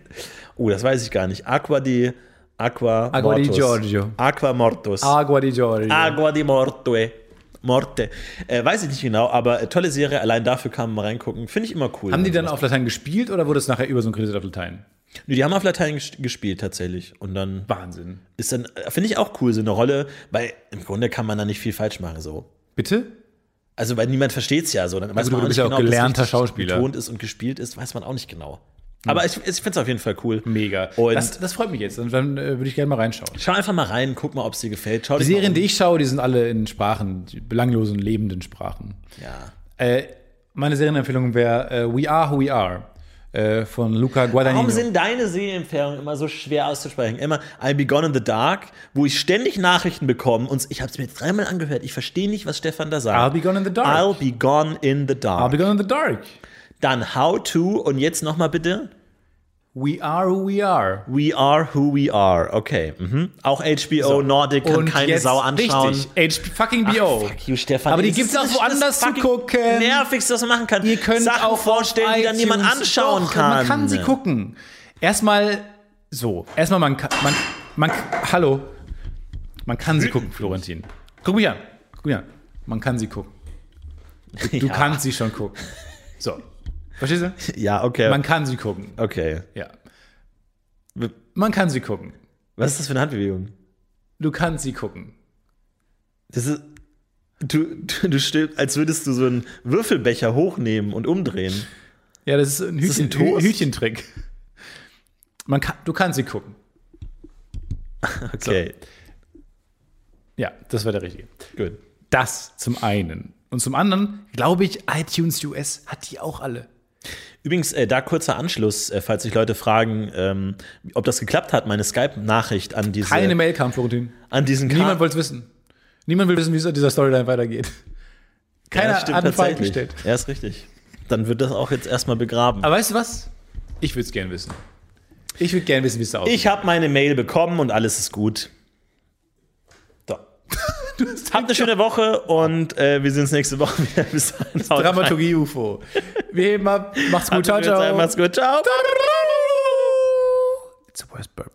Oh, das weiß ich gar nicht. Aqua di Aqua, Agua mortus. di Giorgio. Aqua mortus. Agua di Giorgio. Agua di mortue. Morte. Äh, weiß ich nicht genau, aber äh, tolle Serie, allein dafür kann man mal reingucken. Finde ich immer cool. Haben die dann auf Latein gespielt oder wurde es nachher übersynchronisiert auf Latein? Nee, die haben auf Latein ges- gespielt tatsächlich. Und dann Wahnsinn. ist dann, äh, finde ich auch cool, so eine Rolle, weil im Grunde kann man da nicht viel falsch machen. So. Bitte? Also, weil niemand versteht es ja so. Dann weiß gut, man du auch bist nicht ja auch genau, ob das gelernter richtig Schauspieler. betont ist und gespielt ist, weiß man auch nicht genau. Aber ich, ich finde es auf jeden Fall cool. Mega. Und Das, das freut mich jetzt. Und dann äh, würde ich gerne mal reinschauen. schau einfach mal rein, guck mal, ob es dir gefällt. Schau Die dich mal Serien, um. die ich schaue, die sind alle in Sprachen, die belanglosen, lebenden Sprachen. Ja. Äh, meine Serienempfehlung wäre äh, We Are Who We Are äh, von Luca Guadagnino. Warum sind deine Serienempfehlungen immer so schwer auszusprechen? Immer I'll Be Gone in the Dark, wo ich ständig Nachrichten bekomme und ich habe es mir jetzt dreimal angehört. Ich verstehe nicht, was Stefan da sagt. I'll Be Gone in the Dark. I'll Be Gone in the Dark. I'll Be Gone in the Dark. Dann How to und jetzt nochmal bitte. We Are Who We Are. We Are Who We Are. Okay. Mhm. Auch H B O So. Nordic kann Und keine jetzt Sau anschauen. Richtig. H fucking B O. Ach, fuck you, Stefan. Aber die Das gibt's ist auch das- woanders das zu fucking gucken. Nervigste, was man machen kann. Ihr könnt Sachen auch vorstellen, auf die dann niemand iTunes- anschauen Doch, kann. Man kann sie gucken. Erstmal so. Erstmal man kann. Man, man, hallo. Man kann sie gucken, Florentin. Guck mich an. Guck mich an. Man kann sie gucken. Du, du Ja. kannst sie schon gucken. So. Verstehst du? Ja, okay. Man kann sie gucken. okay. Ja. Man kann sie gucken. Was ist das für eine Handbewegung? Du kannst sie gucken. Das ist. Du, du, du still, als würdest du so einen Würfelbecher hochnehmen und umdrehen. Ja, das ist ein, Ist das Hütchen, ein Toast? Hü- Hütchentrick. Man kann, du kannst sie gucken. Okay. Ja, das war der richtige. Gut. Das zum einen. Und zum anderen, glaube ich, iTunes U S hat die auch alle. Übrigens, äh, da kurzer Anschluss, äh, falls sich Leute fragen, ähm, ob das geklappt hat, meine Skype-Nachricht an diese. Keine Mail kam, Florentin. An diesen Ka- Niemand wollte es wissen. Niemand will wissen, wie es an dieser Storyline weitergeht. Keiner ja, stimmt hat eine Frage tatsächlich. gestellt. Ja, ist richtig. Dann wird das auch jetzt erstmal begraben. Aber weißt du was? Ich würde es gerne wissen. Ich würde gerne wissen, wie es da aussieht. Ich habe meine Mail bekommen und alles ist gut. So. Habt eine schöne Woche und äh, wir sehen uns nächste Woche wieder. Bis dahin. Haut rein. Dramaturgie-U F O. Wir heben ab. Macht's gut. Ciao, Habt eine gute Zeit. ciao. Macht's gut. Ciao. It's the worst burp.